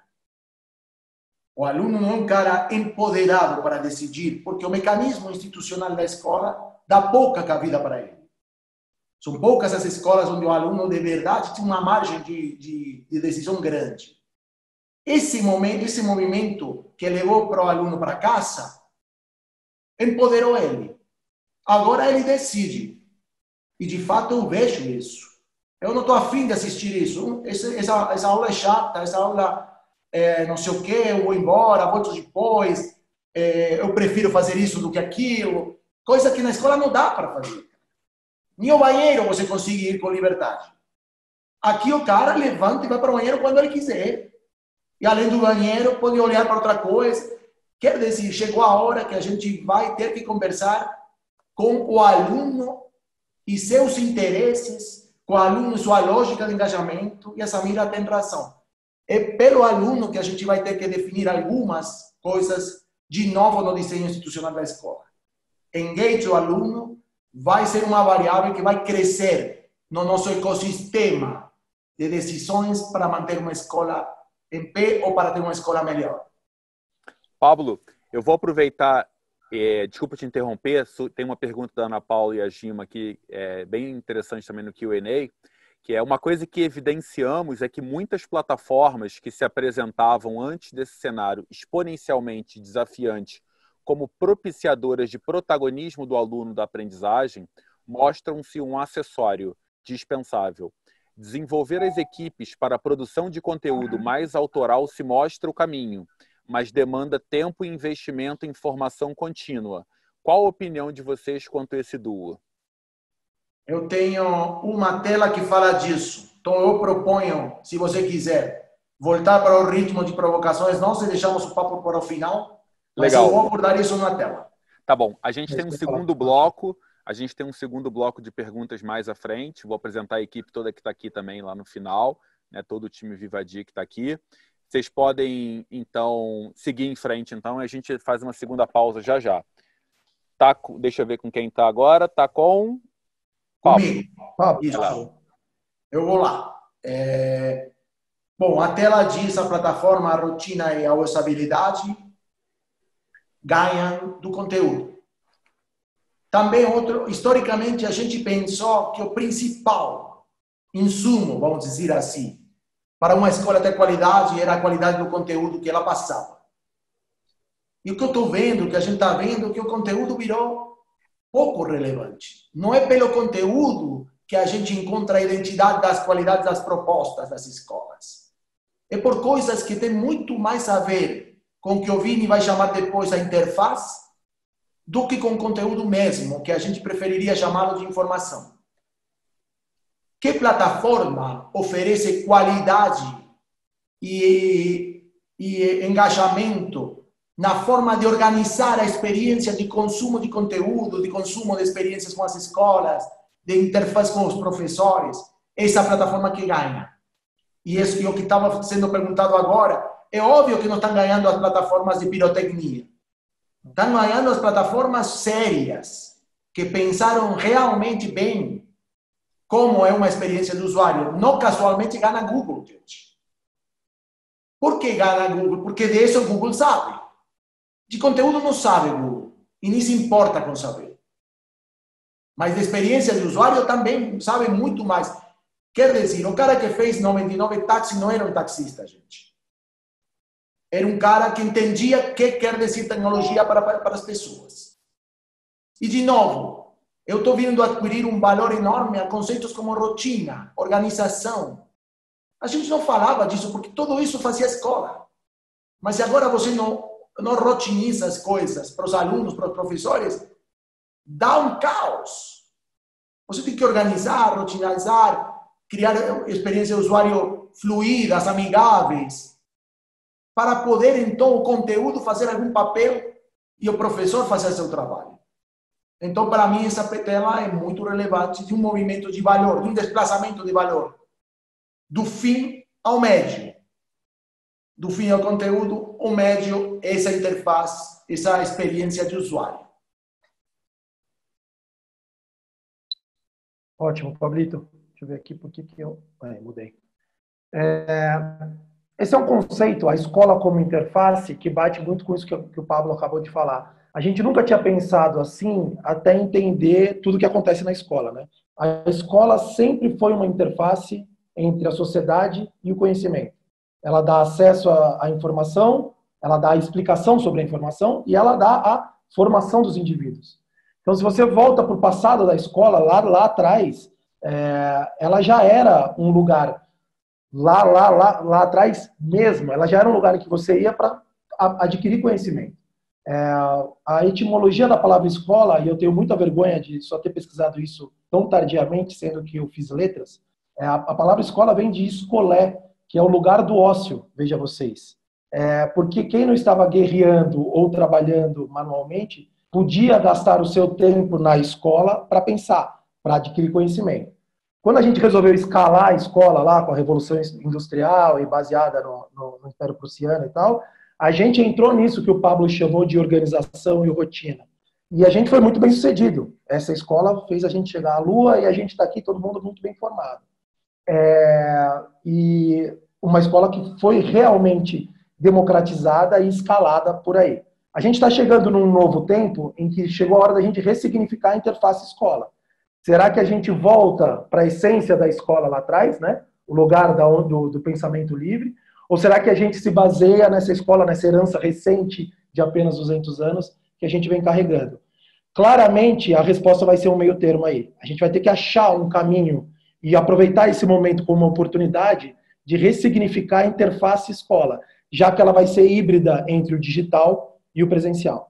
O aluno não é um cara empoderado para decidir, porque o mecanismo institucional da escola dá pouca cabida para ele. São poucas as escolas onde o aluno de verdade tem uma margem de decisão grande. Esse movimento que levou para o aluno para casa, empoderou ele. Agora ele decide. E de fato eu vejo isso. Eu não estou afim de assistir isso. Essa aula é chata, essa aula não sei o quê, eu vou embora, volto depois, eu prefiro fazer isso do que aquilo. Coisa que na escola não dá para fazer. Nem o banheiro você consegue ir com liberdade. Aqui o cara levanta e vai para o banheiro quando ele quiser. E além do banheiro, pode olhar para outra coisa. Quer dizer, chegou a hora que a gente vai ter que conversar com o aluno e seus interesses, com o aluno e sua lógica de engajamento. E a Samira tem razão. É pelo aluno que a gente vai ter que definir algumas coisas de novo no desenho institucional da escola. Engage o aluno vai ser uma variável que vai crescer no nosso ecossistema de decisões para manter uma escola em pé ou para ter uma escola melhor. Pablo, eu vou aproveitar, desculpa te interromper, tem uma pergunta da Ana Paula e a Gima aqui, bem interessante também no Q&A, que é uma coisa que evidenciamos é que muitas plataformas que se apresentavam antes desse cenário exponencialmente desafiante como propiciadoras de protagonismo do aluno da aprendizagem, mostram-se um acessório dispensável. Desenvolver as equipes para a produção de conteúdo mais autoral se mostra o caminho, mas demanda tempo e investimento em formação contínua. Qual a opinião de vocês quanto a esse duo? Eu tenho uma tela que fala disso. Então eu proponho, se você quiser, voltar para o ritmo de provocações, nós deixamos o papo para o final. Mas legal. Eu vou abordar isso na tela. Tá bom. A gente tem um segundo bloco. A gente tem um segundo bloco de perguntas mais à frente. Vou apresentar a equipe toda que está aqui também lá no final, né? Todo o time Vivadia que está aqui. Vocês podem, então, seguir em frente. Então, a gente faz uma segunda pausa já já. Tá, deixa eu ver com quem está agora. Tá com... Comigo. Isso. Eu vou lá. Bom, a tela diz a plataforma, a rotina e a usabilidade ganham do conteúdo. Também, historicamente, a gente pensou que o principal insumo, vamos dizer assim, para uma escola ter qualidade era a qualidade do conteúdo que ela passava. E o que eu estou vendo, o que a gente está vendo, é que o conteúdo virou pouco relevante. Não é pelo conteúdo que a gente encontra a identidade das qualidades das propostas das escolas. É por coisas que têm muito mais a ver com o que o Vini vai chamar depois a interface, do que com o conteúdo mesmo, que a gente preferiria chamá-lo de informação. Que plataforma oferece qualidade e engajamento na forma de organizar a experiência de consumo de conteúdo, de consumo de experiências com as escolas, de interface com os professores? Essa plataforma que ganha. E isso que o que estava sendo perguntado agora, é óbvio que não estão ganhando as plataformas de pirotecnia. Estão ganhando as plataformas sérias, que pensaram realmente bem como é uma experiência do usuário. Não casualmente ganha Google, gente. Por que gana Google? Porque de isso o Google sabe. De conteúdo não sabe o Google. E nem se importa com saber. Mas de experiência de usuário também sabe muito mais. Quer dizer, o cara que fez 99 táxi não era um taxista, gente. Era um cara que entendia o que quer dizer tecnologia para as pessoas. E, de novo, eu estou vindo adquirir um valor enorme a conceitos como rotina, organização. A gente não falava disso porque tudo isso fazia escola. Mas se agora você não rotiniza as coisas para os alunos, para os professores, dá um caos. Você tem que organizar, rotinizar, criar experiências de usuário fluídas, amigáveis, para poder, então, o conteúdo fazer algum papel e o professor fazer seu trabalho. Então, para mim, essa tela é muito relevante de um movimento de valor, de um desplaçamento de valor, do fim ao médio. Do fim ao conteúdo, o médio, essa interface, essa experiência de usuário. Ótimo, Pablito. Deixa eu ver aqui por que eu... mudei. Esse é um conceito, a escola como interface, que bate muito com isso que o Pablo acabou de falar. A gente nunca tinha pensado assim até entender tudo que acontece na escola, né? A escola sempre foi uma interface entre a sociedade e o conhecimento. Ela dá acesso à informação, ela dá a explicação sobre a informação e ela dá a formação dos indivíduos. Então, se você volta para o passado da escola, lá atrás, ela já era um lugar, lá atrás mesmo, ela já era um lugar em que você ia para adquirir conhecimento. A etimologia da palavra escola, e eu tenho muita vergonha de só ter pesquisado isso tão tardiamente, sendo que eu fiz letras, a palavra escola vem de escolé, que é o lugar do ócio, veja vocês. Porque quem não estava guerreando ou trabalhando manualmente, podia gastar o seu tempo na escola para pensar, para adquirir conhecimento. Quando a gente resolveu escalar a escola lá com a Revolução Industrial e baseada no Império Prussiano e tal, a gente entrou nisso que o Pablo chamou de organização e rotina. E a gente foi muito bem sucedido. Essa escola fez a gente chegar à Lua e a gente está aqui, todo mundo muito bem formado. E uma escola que foi realmente democratizada e escalada por aí. A gente está chegando num novo tempo em que chegou a hora da gente ressignificar a interface escola. Será que a gente volta para a essência da escola lá atrás, né? O lugar do pensamento livre? Ou será que a gente se baseia nessa escola, nessa herança recente de apenas 200 anos que a gente vem carregando? Claramente, a resposta vai ser um meio termo aí. A gente vai ter que achar um caminho e aproveitar esse momento como uma oportunidade de ressignificar a interface escola, já que ela vai ser híbrida entre o digital e o presencial.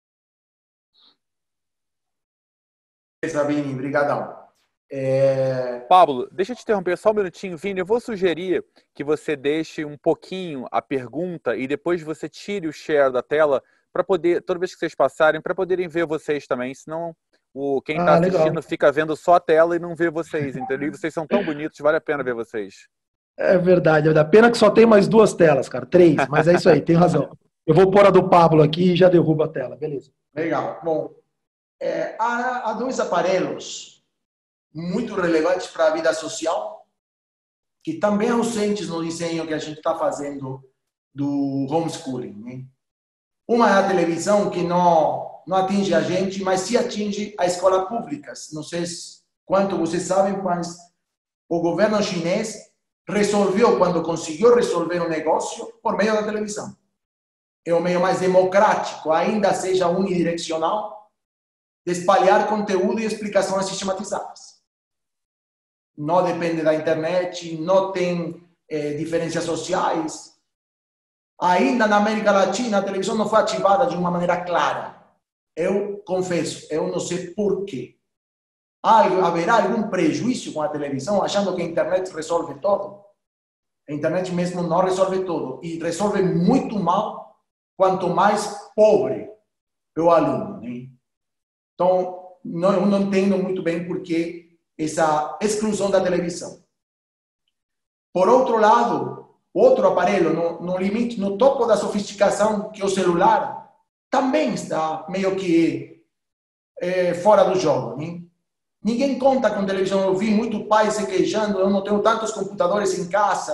Vini, brigadão. Pablo, deixa eu te interromper só um minutinho, Vini. Eu vou sugerir que você deixe um pouquinho a pergunta e depois você tire o share da tela para poder, toda vez que vocês passarem, para poderem ver vocês também, senão quem está assistindo legal. Fica vendo só a tela e não vê vocês, entendeu? E vocês são tão bonitos, vale a pena ver vocês. É verdade. Pena que só tem mais 2 telas, cara. 3, mas é isso aí, tem razão. Eu vou pôr a do Pablo aqui e já derrubo a tela, beleza. Legal. Bom, há 2 aparelhos muito relevantes para a vida social que também ausentes no desenho que a gente está fazendo do homeschooling, né? Uma é a televisão, que não atinge a gente, mas sim atinge as escolas públicas. Não sei quanto vocês sabem, mas o governo chinês resolveu, quando conseguiu resolver um negócio, por meio da televisão. É o meio mais democrático, ainda seja unidirecional, de espalhar conteúdo e explicações sistematizadas. Não depende da internet, não tem diferenças sociais. Ainda na América Latina, a televisão não foi ativada de uma maneira clara. Eu confesso, eu não sei por quê. Haverá algum prejuízo com a televisão, achando que a internet resolve tudo? A internet mesmo não resolve tudo. E resolve muito mal quanto mais pobre é o aluno, né? Então, eu não entendo muito bem por que essa exclusão da televisão. Por outro lado, outro aparelho, no limite, no topo da sofisticação, que é o celular, também está meio que fora do jogo, né? Ninguém conta com televisão. Eu vi muito pai se queixando, eu não tenho tantos computadores em casa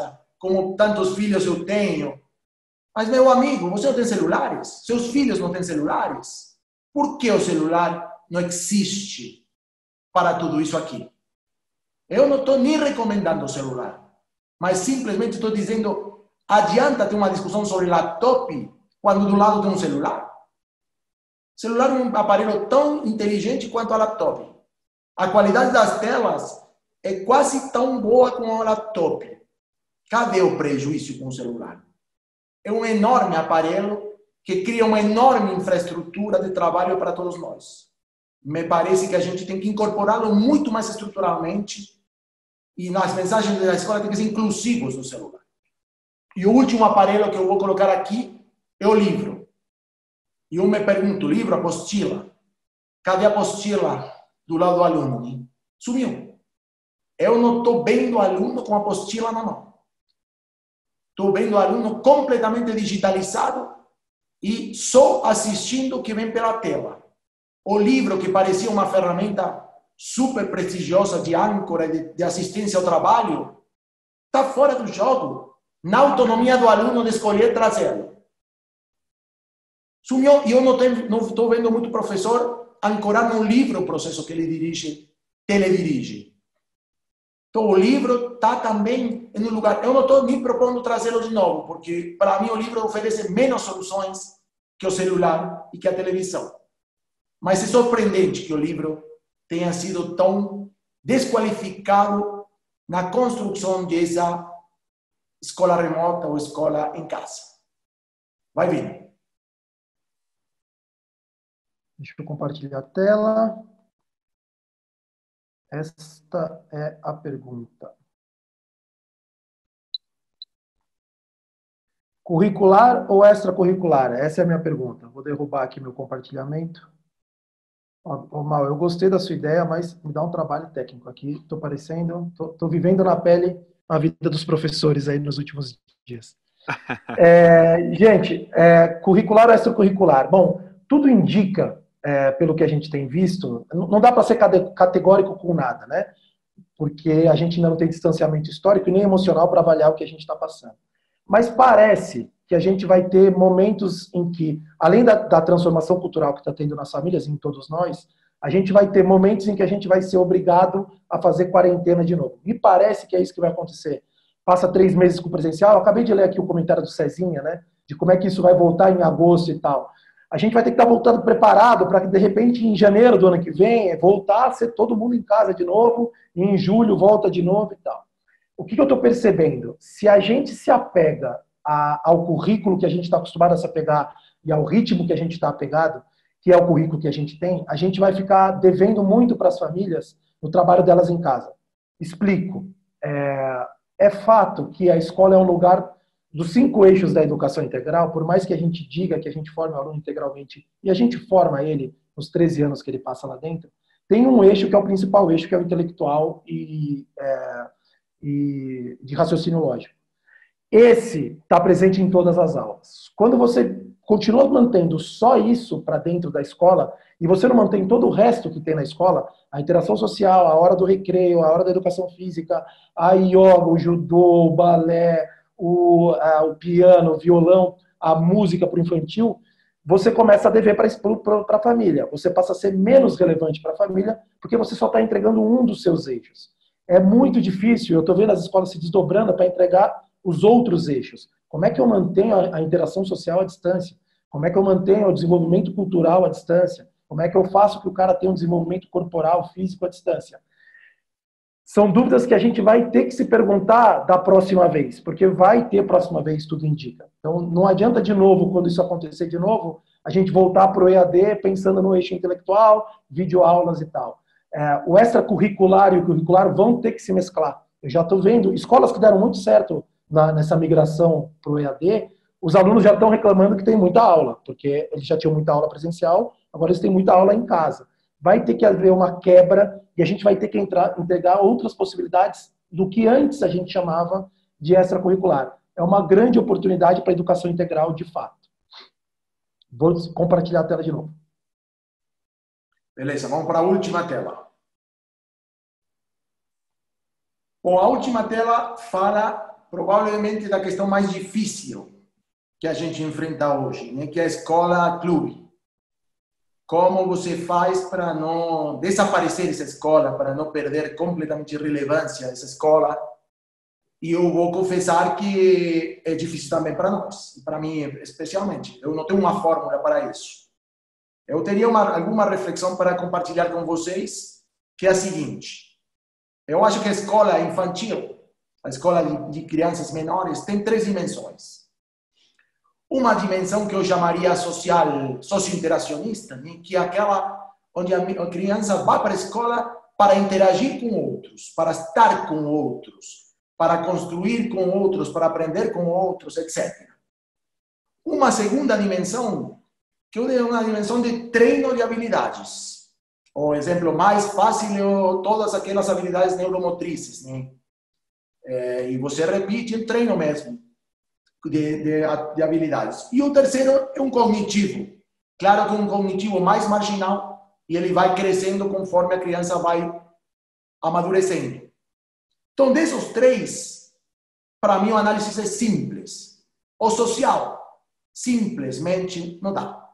como tantos filhos eu tenho. Mas, meu amigo, você não tem celulares? Seus filhos não têm celulares? Por que o celular não existe para tudo isso aqui? Eu não estou nem recomendando o celular, mas simplesmente estou dizendo, adianta ter uma discussão sobre laptop quando do lado tem um celular? O celular é um aparelho tão inteligente quanto a laptop. A qualidade das telas é quase tão boa como o laptop. Cadê o prejuízo com o celular? É um enorme aparelho que cria uma enorme infraestrutura de trabalho para todos nós. Me parece que a gente tem que incorporá-lo muito mais estruturalmente e nas mensagens da escola tem que ser inclusivos no celular. E o último aparelho que eu vou colocar aqui é o livro. E eu me pergunto, livro, apostila? Cadê a apostila do lado do aluno? Sumiu. Eu não estou vendo o aluno com a apostila na mão. Estou vendo o aluno completamente digitalizado e só assistindo o que vem pela tela. O livro, que parecia uma ferramenta super prestigiosa de âncora, de assistência ao trabalho, está fora do jogo, na autonomia do aluno de escolher trazê-lo. Sumiu, e eu não estou vendo muito professor ancorar no livro o processo que ele dirige, teledirige. Então, o livro está também em um lugar. Eu não estou me propondo trazê-lo de novo, porque para mim o livro oferece menos soluções que o celular e que a televisão. Mas é surpreendente que o livro tenha sido tão desqualificado na construção dessa escola remota ou escola em casa. Vai vir. Deixa eu compartilhar a tela. Esta é a pergunta. Curricular ou extracurricular? Essa é a minha pergunta. Vou derrubar aqui meu compartilhamento. Mal, eu gostei da sua ideia, mas me dá um trabalho técnico aqui. Estou vivendo na pele a vida dos professores aí nos últimos dias. Gente, curricular ou extracurricular? Bom, tudo indica, pelo que a gente tem visto, não dá para ser categórico com nada, né? Porque a gente ainda não tem distanciamento histórico e nem emocional para avaliar o que a gente está passando. Mas parece que a gente vai ter momentos em que, além da transformação cultural que está tendo nas famílias, em todos nós, a gente vai ter momentos em que a gente vai ser obrigado a fazer quarentena de novo. Me parece que é isso que vai acontecer. Passa 3 meses com o presencial. Eu acabei de ler aqui o comentário do Cezinha, né? De como é que isso vai voltar em agosto e tal. A gente vai ter que estar voltando preparado para que, de repente, em janeiro do ano que vem, voltar a ser todo mundo em casa de novo, e em julho volta de novo e tal. O que eu estou percebendo? Se a gente se apega ao currículo que a gente está acostumado a se apegar e ao ritmo que a gente está apegado, que é o currículo que a gente tem, a gente vai ficar devendo muito para as famílias no trabalho delas em casa. Explico. É fato que a escola é um lugar dos 5 eixos da educação integral, por mais que a gente diga que a gente forma o aluno integralmente, e a gente forma ele nos 13 anos que ele passa lá dentro, tem um eixo que é o principal eixo, que é o intelectual e de raciocínio lógico. Esse está presente em todas as aulas. Quando você continua mantendo só isso para dentro da escola, e você não mantém todo o resto que tem na escola, a interação social, a hora do recreio, a hora da educação física, a yoga, o judô, o balé, o piano, o violão, a música para o infantil, você começa a dever para a família. Você passa a ser menos relevante para a família, porque você só está entregando um dos seus eixos. É muito difícil, eu estou vendo as escolas se desdobrando para entregar os outros eixos. Como é que eu mantenho a interação social à distância? Como é que eu mantenho o desenvolvimento cultural à distância? Como é que eu faço que o cara tenha um desenvolvimento corporal, físico à distância? São dúvidas que a gente vai ter que se perguntar da próxima vez, porque vai ter próxima vez, tudo indica. Então, não adianta de novo, quando isso acontecer de novo, a gente voltar para o EAD pensando no eixo intelectual, videoaulas e tal. O extracurricular e o curricular vão ter que se mesclar. Eu já estou vendo escolas que deram muito certo nessa migração para o EAD, os alunos já estão reclamando que tem muita aula, porque eles já tinham muita aula presencial, agora eles têm muita aula em casa. Vai ter que haver uma quebra e a gente vai ter que entregar outras possibilidades do que antes a gente chamava de extracurricular. É uma grande oportunidade para a educação integral, de fato. Vou compartilhar a tela de novo. Beleza, vamos para a última tela. Bom, a última tela fala provavelmente da questão mais difícil que a gente enfrenta hoje, né? Que é a escola-clube. Como você faz para não desaparecer essa escola, para não perder completamente relevância essa escola? E eu vou confessar que é difícil também para nós, para mim especialmente. Eu não tenho uma fórmula para isso. Eu teria alguma reflexão para compartilhar com vocês, que é a seguinte. Eu acho que a escola infantil, a escola de crianças menores, tem 3 dimensões. Uma dimensão que eu chamaria social, socio-interacionista, que é aquela onde a criança vai para a escola para interagir com outros, para estar com outros, para construir com outros, para aprender com outros, etc. Uma segunda dimensão, que é uma dimensão de treino de habilidades. O exemplo mais fácil é todas aquelas habilidades neuromotrizes, né? E você repite o treino mesmo de habilidades. E o terceiro é um cognitivo. Claro que é um cognitivo mais marginal e ele vai crescendo conforme a criança vai amadurecendo. Então, desses 3, para mim, a análise é simples. O social, simplesmente não dá.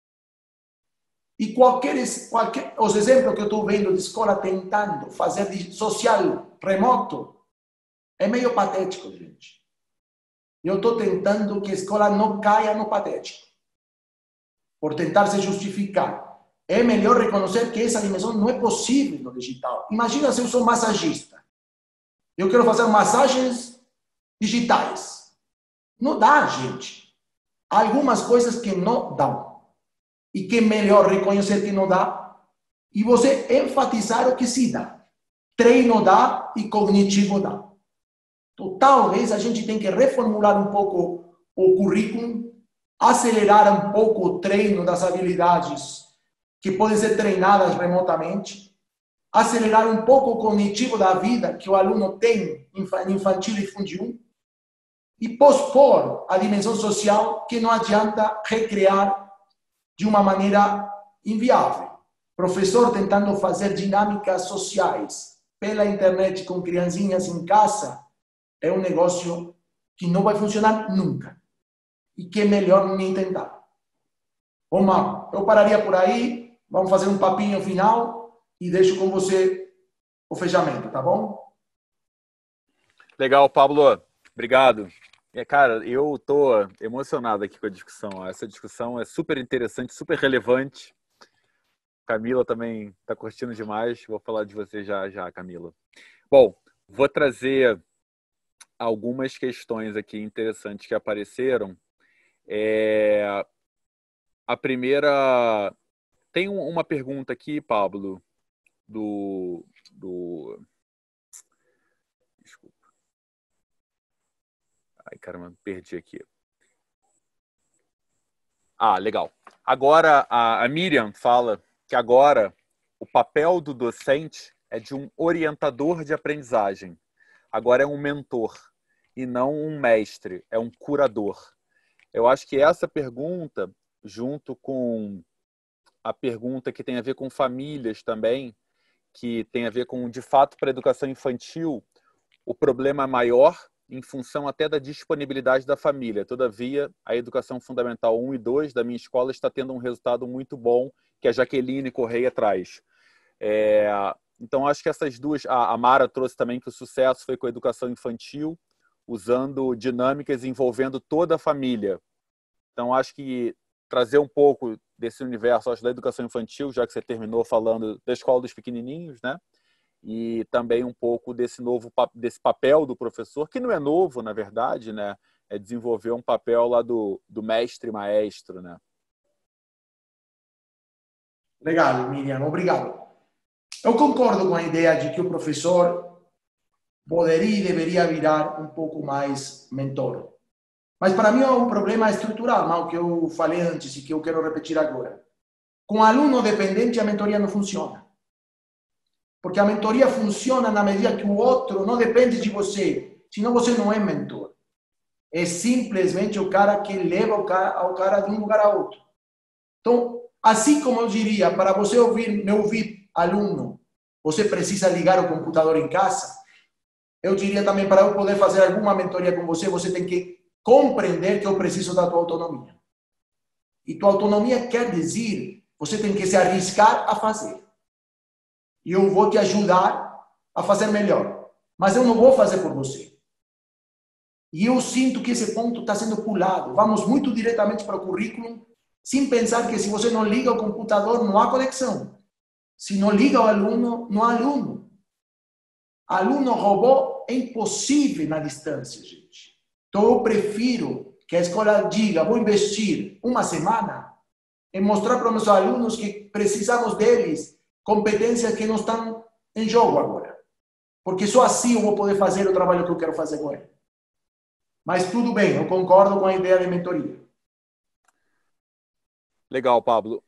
E os exemplos que eu estou vendo de escola tentando fazer de social remoto é meio patético, gente. Eu estou tentando que a escola não caia no patético, por tentar se justificar. É melhor reconhecer que essa dimensão não é possível no digital. Imagina se eu sou massagista. Eu quero fazer massagens digitais. Não dá, gente. Há algumas coisas que não dão. E que é melhor reconhecer que não dá e você enfatizar o que se dá. Treino dá e cognitivo dá. Então, talvez a gente tenha que reformular um pouco o currículo, acelerar um pouco o treino das habilidades que podem ser treinadas remotamente, acelerar um pouco o cognitivo da vida que o aluno tem infantil e fundiu, e pospor a dimensão social que não adianta recriar de uma maneira inviável. Professor tentando fazer dinâmicas sociais pela internet com criancinhas em casa é um negócio que não vai funcionar nunca e que é melhor nem tentar. Bom, eu pararia por aí, vamos fazer um papinho final e deixo com você o fechamento, tá bom? Legal, Pablo. Obrigado. Cara, eu tô emocionado aqui com a discussão. Essa discussão é super interessante, super relevante. Camila também está curtindo demais. Vou falar de você já, Camila. Bom, vou trazer algumas questões aqui interessantes que apareceram. A primeira... Tem uma pergunta aqui, Pablo, Desculpa. Ai, caramba, perdi aqui. Legal. Agora, a Miriam fala que agora o papel do docente é de um orientador de aprendizagem. Agora é um mentor e não um mestre, é um curador. Eu acho que essa pergunta, junto com a pergunta que tem a ver com famílias também, que tem a ver com, de fato, para a educação infantil, o problema maior em função até da disponibilidade da família. Todavia, a educação fundamental 1 e 2 da minha escola está tendo um resultado muito bom, que a Jaqueline Correia traz. Então, acho que essas duas... A Mara trouxe também que o sucesso foi com a educação infantil, usando dinâmicas envolvendo toda a família. Então, acho que trazer um pouco desse universo, acho, da educação infantil, já que você terminou falando da escola dos pequenininhos, né? E também um pouco desse papel do professor, que não é novo, na verdade, né? É desenvolver um papel lá do mestre maestro, né? Legal, Miriam, obrigado. Eu concordo com a ideia de que o professor poderia e deveria virar um pouco mais mentor. Mas para mim é um problema estrutural, não? Que eu falei antes e que eu quero repetir agora. Com aluno dependente, a mentoria não funciona. Porque a mentoria funciona na medida que o outro não depende de você, senão você não é mentor. É simplesmente o cara que leva o cara de um lugar a outro. Então, assim como eu diria, para você me ouvir, aluno, você precisa ligar o computador em casa, eu diria também, para eu poder fazer alguma mentoria com você, você tem que compreender que eu preciso da tua autonomia. E tua autonomia quer dizer, você tem que se arriscar a fazer. E eu vou te ajudar a fazer melhor. Mas eu não vou fazer por você. E eu sinto que esse ponto está sendo pulado. Vamos muito diretamente para o currículo, sem pensar que se você não liga o computador, não há conexão. Se não liga o aluno, não há aluno. Aluno robô é impossível na distância, gente. Então eu prefiro que a escola diga, vou investir uma semana em mostrar para os meus alunos que precisamos deles competências que não estão em jogo agora. Porque só assim eu vou poder fazer o trabalho que eu quero fazer com ele. Mas tudo bem, eu concordo com a ideia de mentoria. Legal, Pablo.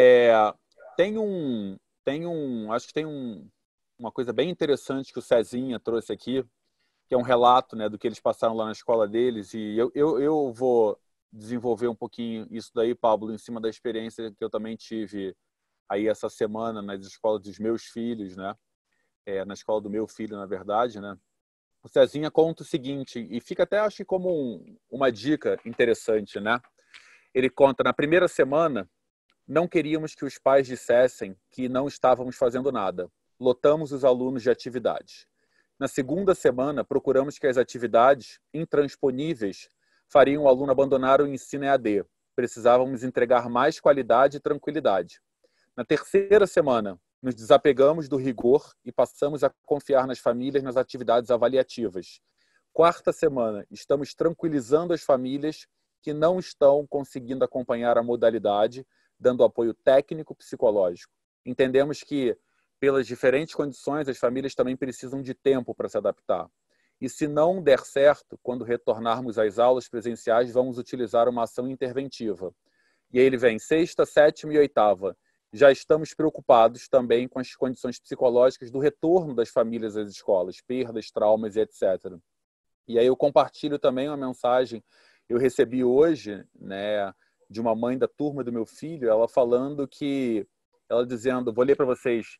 Acho que tem uma coisa bem interessante que o Cezinha trouxe aqui, que é um relato, né, do que eles passaram lá na escola deles, e eu vou desenvolver um pouquinho isso daí, Pablo, em cima da experiência que eu também tive aí essa semana nas escolas dos meus filhos, né, na escola do meu filho, na verdade, né. O Cezinha conta o seguinte, e fica até, acho que como uma dica interessante, né. Ele conta, na primeira semana, não queríamos que os pais dissessem que não estávamos fazendo nada. Lotamos os alunos de atividades. Na segunda semana, procuramos que as atividades intransponíveis fariam o aluno abandonar o ensino EAD. Precisávamos entregar mais qualidade e tranquilidade. Na terceira semana, nos desapegamos do rigor e passamos a confiar nas famílias nas atividades avaliativas. Quarta semana, estamos tranquilizando as famílias que não estão conseguindo acompanhar a modalidade, dando apoio técnico psicológico. Entendemos que, pelas diferentes condições, as famílias também precisam de tempo para se adaptar. E se não der certo, quando retornarmos às aulas presenciais, vamos utilizar uma ação interventiva. E aí ele vem sexta, sétima e oitava. Já estamos preocupados também com as condições psicológicas do retorno das famílias às escolas, perdas, traumas e etc. E aí eu compartilho também uma mensagem eu recebi hoje, né, de uma mãe da turma do meu filho, ela falando que, ela dizendo, vou ler para vocês,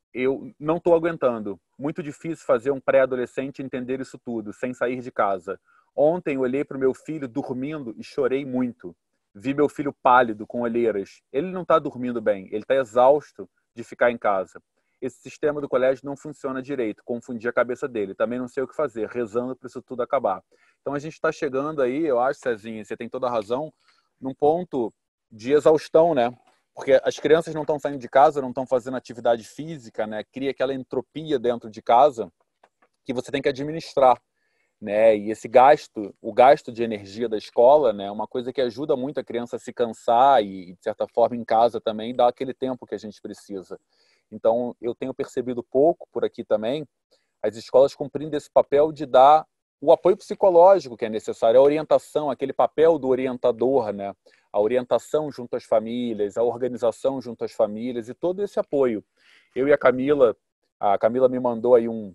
eu não estou aguentando, muito difícil fazer um pré-adolescente entender isso tudo, sem sair de casa. Ontem eu olhei para o meu filho dormindo e chorei muito. Vi meu filho pálido, com olheiras. Ele não está dormindo bem, ele está exausto de ficar em casa. Esse sistema do colégio não funciona direito, confundi a cabeça dele. Também não sei o que fazer, rezando para isso tudo acabar. Então a gente está chegando aí, eu acho, Cezinha, você tem toda a razão, num ponto de exaustão, né? Porque as crianças não estão saindo de casa, não estão fazendo atividade física, né? Cria aquela entropia dentro de casa que você tem que administrar, né? E esse gasto, o gasto de energia da escola, né, é uma coisa que ajuda muito a criança a se cansar e, de certa forma, em casa também, dá aquele tempo que a gente precisa. Então, eu tenho percebido pouco por aqui também, as escolas cumprindo esse papel de dar o apoio psicológico que é necessário, a orientação, aquele papel do orientador, né? A orientação junto às famílias, a organização junto às famílias e todo esse apoio. Eu e a Camila me mandou aí um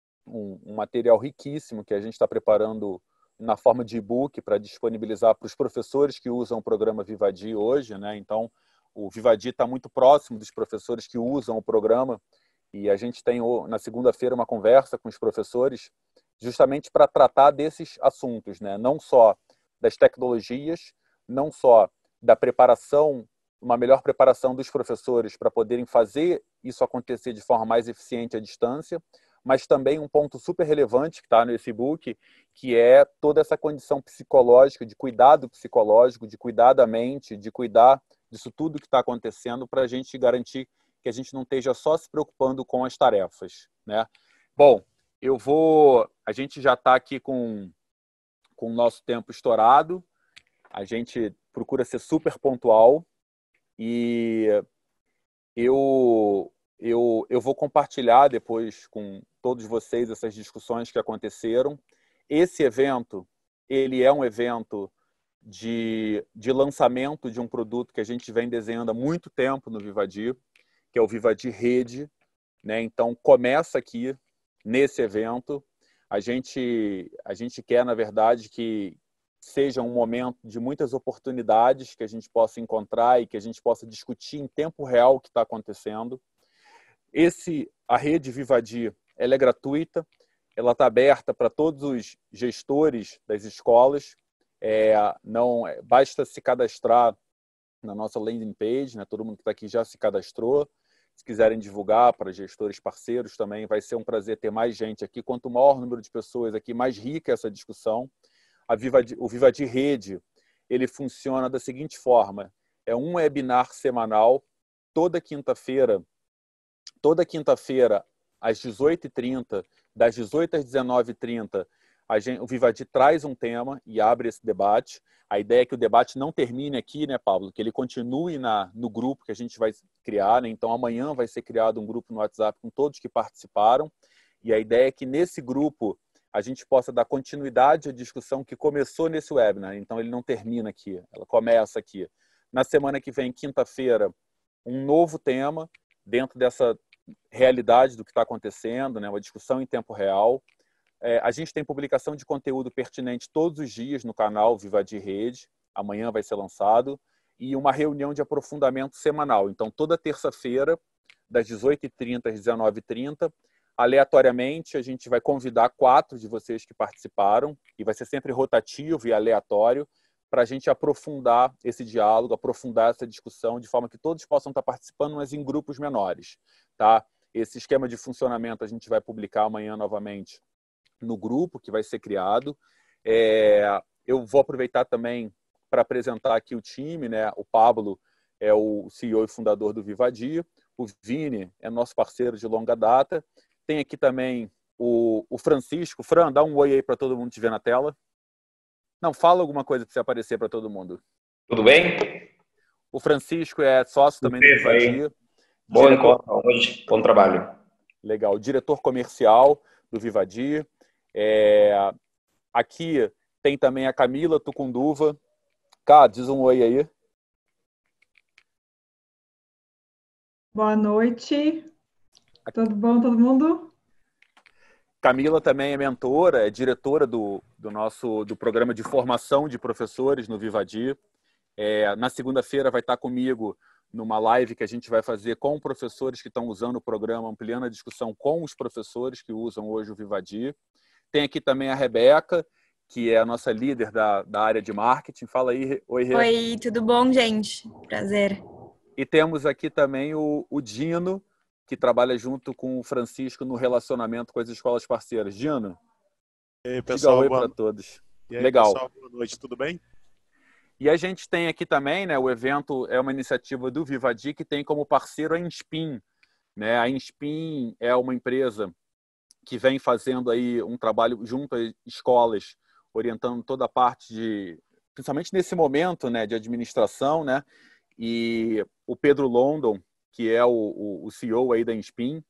material riquíssimo que a gente está preparando na forma de e-book para disponibilizar para os professores que usam o programa Vivadi hoje, né? Então, o Vivadi está muito próximo dos professores que usam o programa e a gente tem na segunda-feira uma conversa com os professores justamente para tratar desses assuntos, né? Não só das tecnologias, não só da preparação, uma melhor preparação dos professores para poderem fazer isso acontecer de forma mais eficiente à distância, mas também um ponto super relevante que está no e-book, que é toda essa condição psicológica, de cuidado psicológico, de cuidar da mente, de cuidar disso tudo que está acontecendo para a gente garantir que a gente não esteja só se preocupando com as tarefas, né? Bom, a gente já está aqui com o nosso tempo estourado, a gente procura ser super pontual e eu vou compartilhar depois com todos vocês essas discussões que aconteceram. Esse evento, ele é um evento de lançamento de um produto que a gente vem desenhando há muito tempo no Vivadi, que é o Vivadi Rede, né? Então, começa aqui, nesse evento. A gente quer, na verdade, que seja um momento de muitas oportunidades que a gente possa encontrar e que a gente possa discutir em tempo real o que está acontecendo. A rede Vivadi, ela é gratuita, ela está aberta para todos os gestores das escolas. Não basta se cadastrar na nossa landing page, né? Todo mundo que está aqui já se cadastrou. Se quiserem divulgar para gestores parceiros também, vai ser um prazer ter mais gente aqui. Quanto maior o número de pessoas aqui, mais rica é essa discussão. O Vivadi Rede, ele funciona da seguinte forma: é um webinar semanal, toda quinta-feira, às 18h30, das 18 às 19h30, o Vivadi traz um tema e abre esse debate. A ideia é que o debate não termine aqui, né, Pablo? Que ele continue no grupo que a gente vai criar, né? Então, amanhã vai ser criado um grupo no WhatsApp com todos que participaram. E a ideia é que nesse grupo a gente possa dar continuidade à discussão que começou nesse webinar. Então, ele não termina aqui, ela começa aqui. Na semana que vem, quinta-feira, um novo tema dentro dessa realidade do que está acontecendo, né? Uma discussão em tempo real. A gente tem publicação de conteúdo pertinente todos os dias no canal Vivadi Rede, amanhã vai ser lançado, e uma reunião de aprofundamento semanal. Então, toda terça-feira, das 18h30 às 19h30, aleatoriamente, a gente vai convidar 4 de vocês que participaram, e vai ser sempre rotativo e aleatório, para a gente aprofundar esse diálogo, aprofundar essa discussão, de forma que todos possam estar participando, mas em grupos menores. Tá? Esse esquema de funcionamento a gente vai publicar amanhã novamente no grupo que vai ser criado. Eu vou aproveitar também para apresentar aqui o time, né? O Pablo é o CEO e fundador do Vivadi, o Vini é nosso parceiro de longa data. Tem aqui também o Francisco. Fran, dá um oi aí para todo mundo te ver na tela. Não, fala alguma coisa para você aparecer para todo mundo. Tudo bem? O Francisco é sócio também do Vivadi. Bom encontro hoje, bom trabalho. Legal, diretor comercial do Vivadi. Aqui tem também a Camila Tucunduva. Cá, diz um oi aí. Boa noite. Tudo bom, todo mundo? Camila também é mentora, é diretora do programa de formação de professores no Vivadi. Na segunda-feira vai estar comigo numa live que a gente vai fazer com professores que estão usando o programa, ampliando a discussão com os professores que usam hoje o Vivadi. Tem aqui também a Rebeca, que é a nossa líder da área de marketing. Fala aí, oi, Rê. Oi, tudo bom, gente? Prazer. E temos aqui também o Dino, que trabalha junto com o Francisco no relacionamento com as escolas parceiras. Dino, e aí, pessoal, diga oi para todos. E aí, legal. Pessoal, boa noite, tudo bem? E a gente tem aqui também, né, o evento é uma iniciativa do Vivadi que tem como parceiro a Inspin, né? A Inspin é uma empresa que vem fazendo aí um trabalho junto às escolas, orientando toda a parte de, principalmente nesse momento, né, de administração, né? E o Pedro London, que é o CEO aí da Inspin,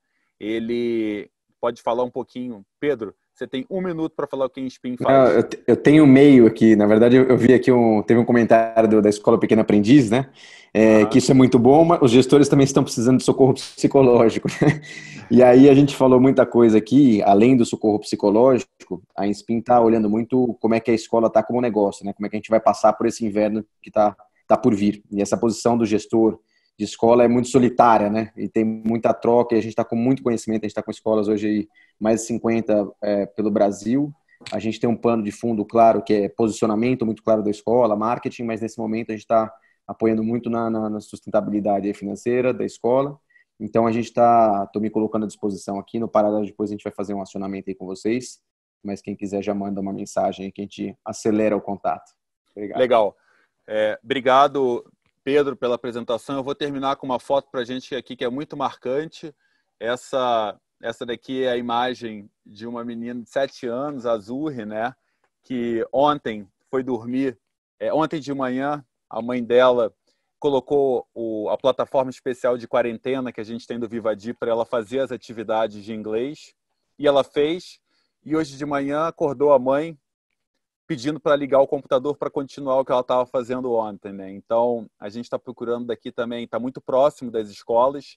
ele pode falar um pouquinho. Pedro, você tem 1 minuto para falar o que a Inspin faz. Eu tenho meio aqui. Na verdade, eu vi aqui teve um comentário da Escola Pequeno Aprendiz, né? Que isso é muito bom, mas os gestores também estão precisando de socorro psicológico. E aí a gente falou muita coisa aqui, além do socorro psicológico, a Inspin está olhando muito como é que a escola está como negócio, né? Como é que a gente vai passar por esse inverno que tá por vir. E essa posição do gestor de escola é muito solitária, né? E tem muita troca, e a gente está com muito conhecimento, a gente está com escolas hoje aí, mais de 50 pelo Brasil. A gente tem um plano de fundo claro, que é posicionamento muito claro da escola, marketing, mas nesse momento a gente está apoiando muito na sustentabilidade financeira da escola. Então a gente estou me colocando à disposição aqui, no paralelo depois a gente vai fazer um acionamento aí com vocês, mas quem quiser já manda uma mensagem aí que a gente acelera o contato. Obrigado. Legal. Obrigado, Pedro, pela apresentação. Eu vou terminar com uma foto para a gente aqui que é muito marcante. Essa daqui é a imagem de uma menina de 7 anos, a Azurri, né? Que ontem foi dormir. Ontem de manhã, a mãe dela colocou a plataforma especial de quarentena que a gente tem do Vivadi para ela fazer as atividades de inglês. E ela fez. E hoje de manhã acordou a mãe pedindo para ligar o computador para continuar o que ela estava fazendo ontem, né? Então, a gente está procurando daqui também, está muito próximo das escolas,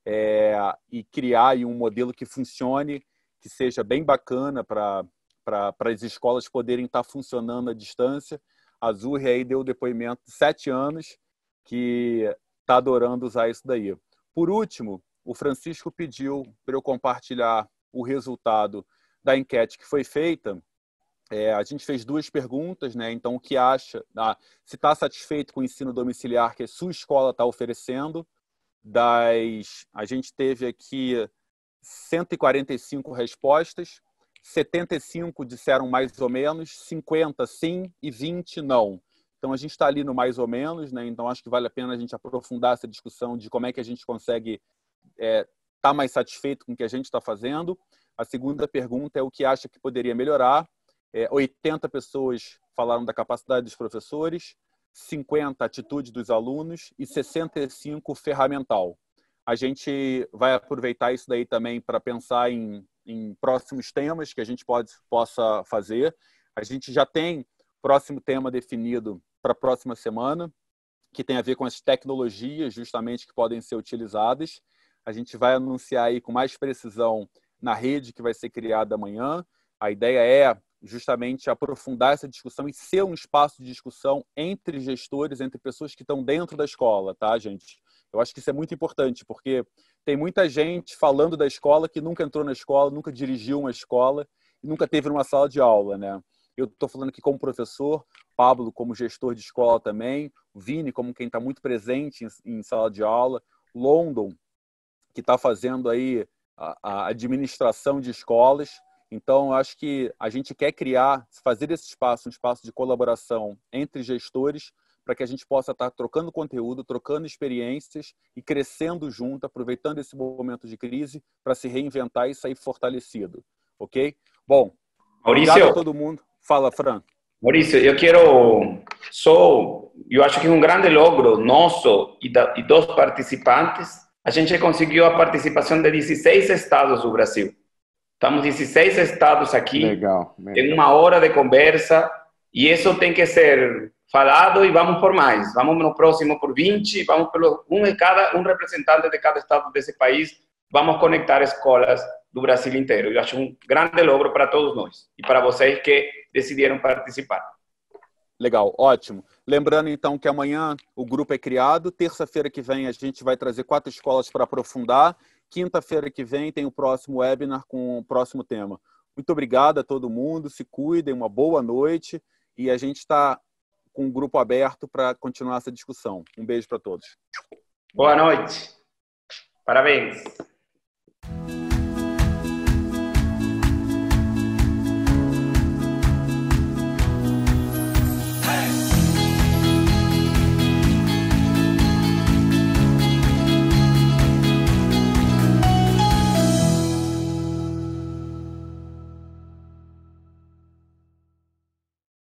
e criar aí um modelo que funcione, que seja bem bacana para as escolas poderem estar funcionando à distância. A Azurri aí deu o depoimento de 7 anos que está adorando usar isso daí. Por último, o Francisco pediu para eu compartilhar o resultado da enquete que foi feita, a gente fez 2 perguntas, né? Então, o que acha, se está satisfeito com o ensino domiciliar que a sua escola está oferecendo. A gente teve aqui 145 respostas, 75 disseram mais ou menos, 50 sim e 20 não. Então, a gente está ali no mais ou menos, né? Então, acho que vale a pena a gente aprofundar essa discussão de como é que a gente consegue estar mais satisfeito com o que a gente está fazendo. A segunda pergunta é o que acha que poderia melhorar. 80 pessoas falaram da capacidade dos professores, 50 atitude dos alunos e 65 ferramental. A gente vai aproveitar isso daí também para pensar em próximos temas que a gente possa fazer. A gente já tem próximo tema definido para a próxima semana, que tem a ver com as tecnologias justamente que podem ser utilizadas. A gente vai anunciar aí com mais precisão na rede que vai ser criada amanhã. A ideia é justamente aprofundar essa discussão e ser um espaço de discussão entre gestores, entre pessoas que estão dentro da escola, tá, gente? Eu acho que isso é muito importante, porque tem muita gente falando da escola que nunca entrou na escola, nunca dirigiu uma escola e nunca teve numa sala de aula, né? Eu estou falando aqui como professor, Pablo como gestor de escola também, o Vini como quem está muito presente em sala de aula, London, que está fazendo aí a administração de escolas. Então, eu acho que a gente quer fazer esse espaço, um espaço de colaboração entre gestores, para que a gente possa estar trocando conteúdo, trocando experiências e crescendo junto, aproveitando esse momento de crise para se reinventar e sair fortalecido. Ok? Bom, obrigado a todo mundo. Fala, Fran. Maurício, eu acho que é um grande logro nosso e dos participantes. A gente conseguiu a participação de 16 estados do Brasil. Estamos 16 estados aqui, legal. Em 1 hora de conversa, e isso tem que ser falado e vamos por mais. Vamos no próximo por 20, vamos pelo um representante de cada estado desse país, vamos conectar escolas do Brasil inteiro. Eu acho um grande logro para todos nós e para vocês que decidiram participar. Legal, ótimo. Lembrando, então, que amanhã o grupo é criado. Terça-feira que vem a gente vai trazer 4 escolas para aprofundar. Quinta-feira que vem tem o próximo webinar com o próximo tema. Muito obrigado a todo mundo. Se cuidem, uma boa noite. E a gente está com o grupo aberto para continuar essa discussão. Um beijo para todos. Boa noite. Parabéns.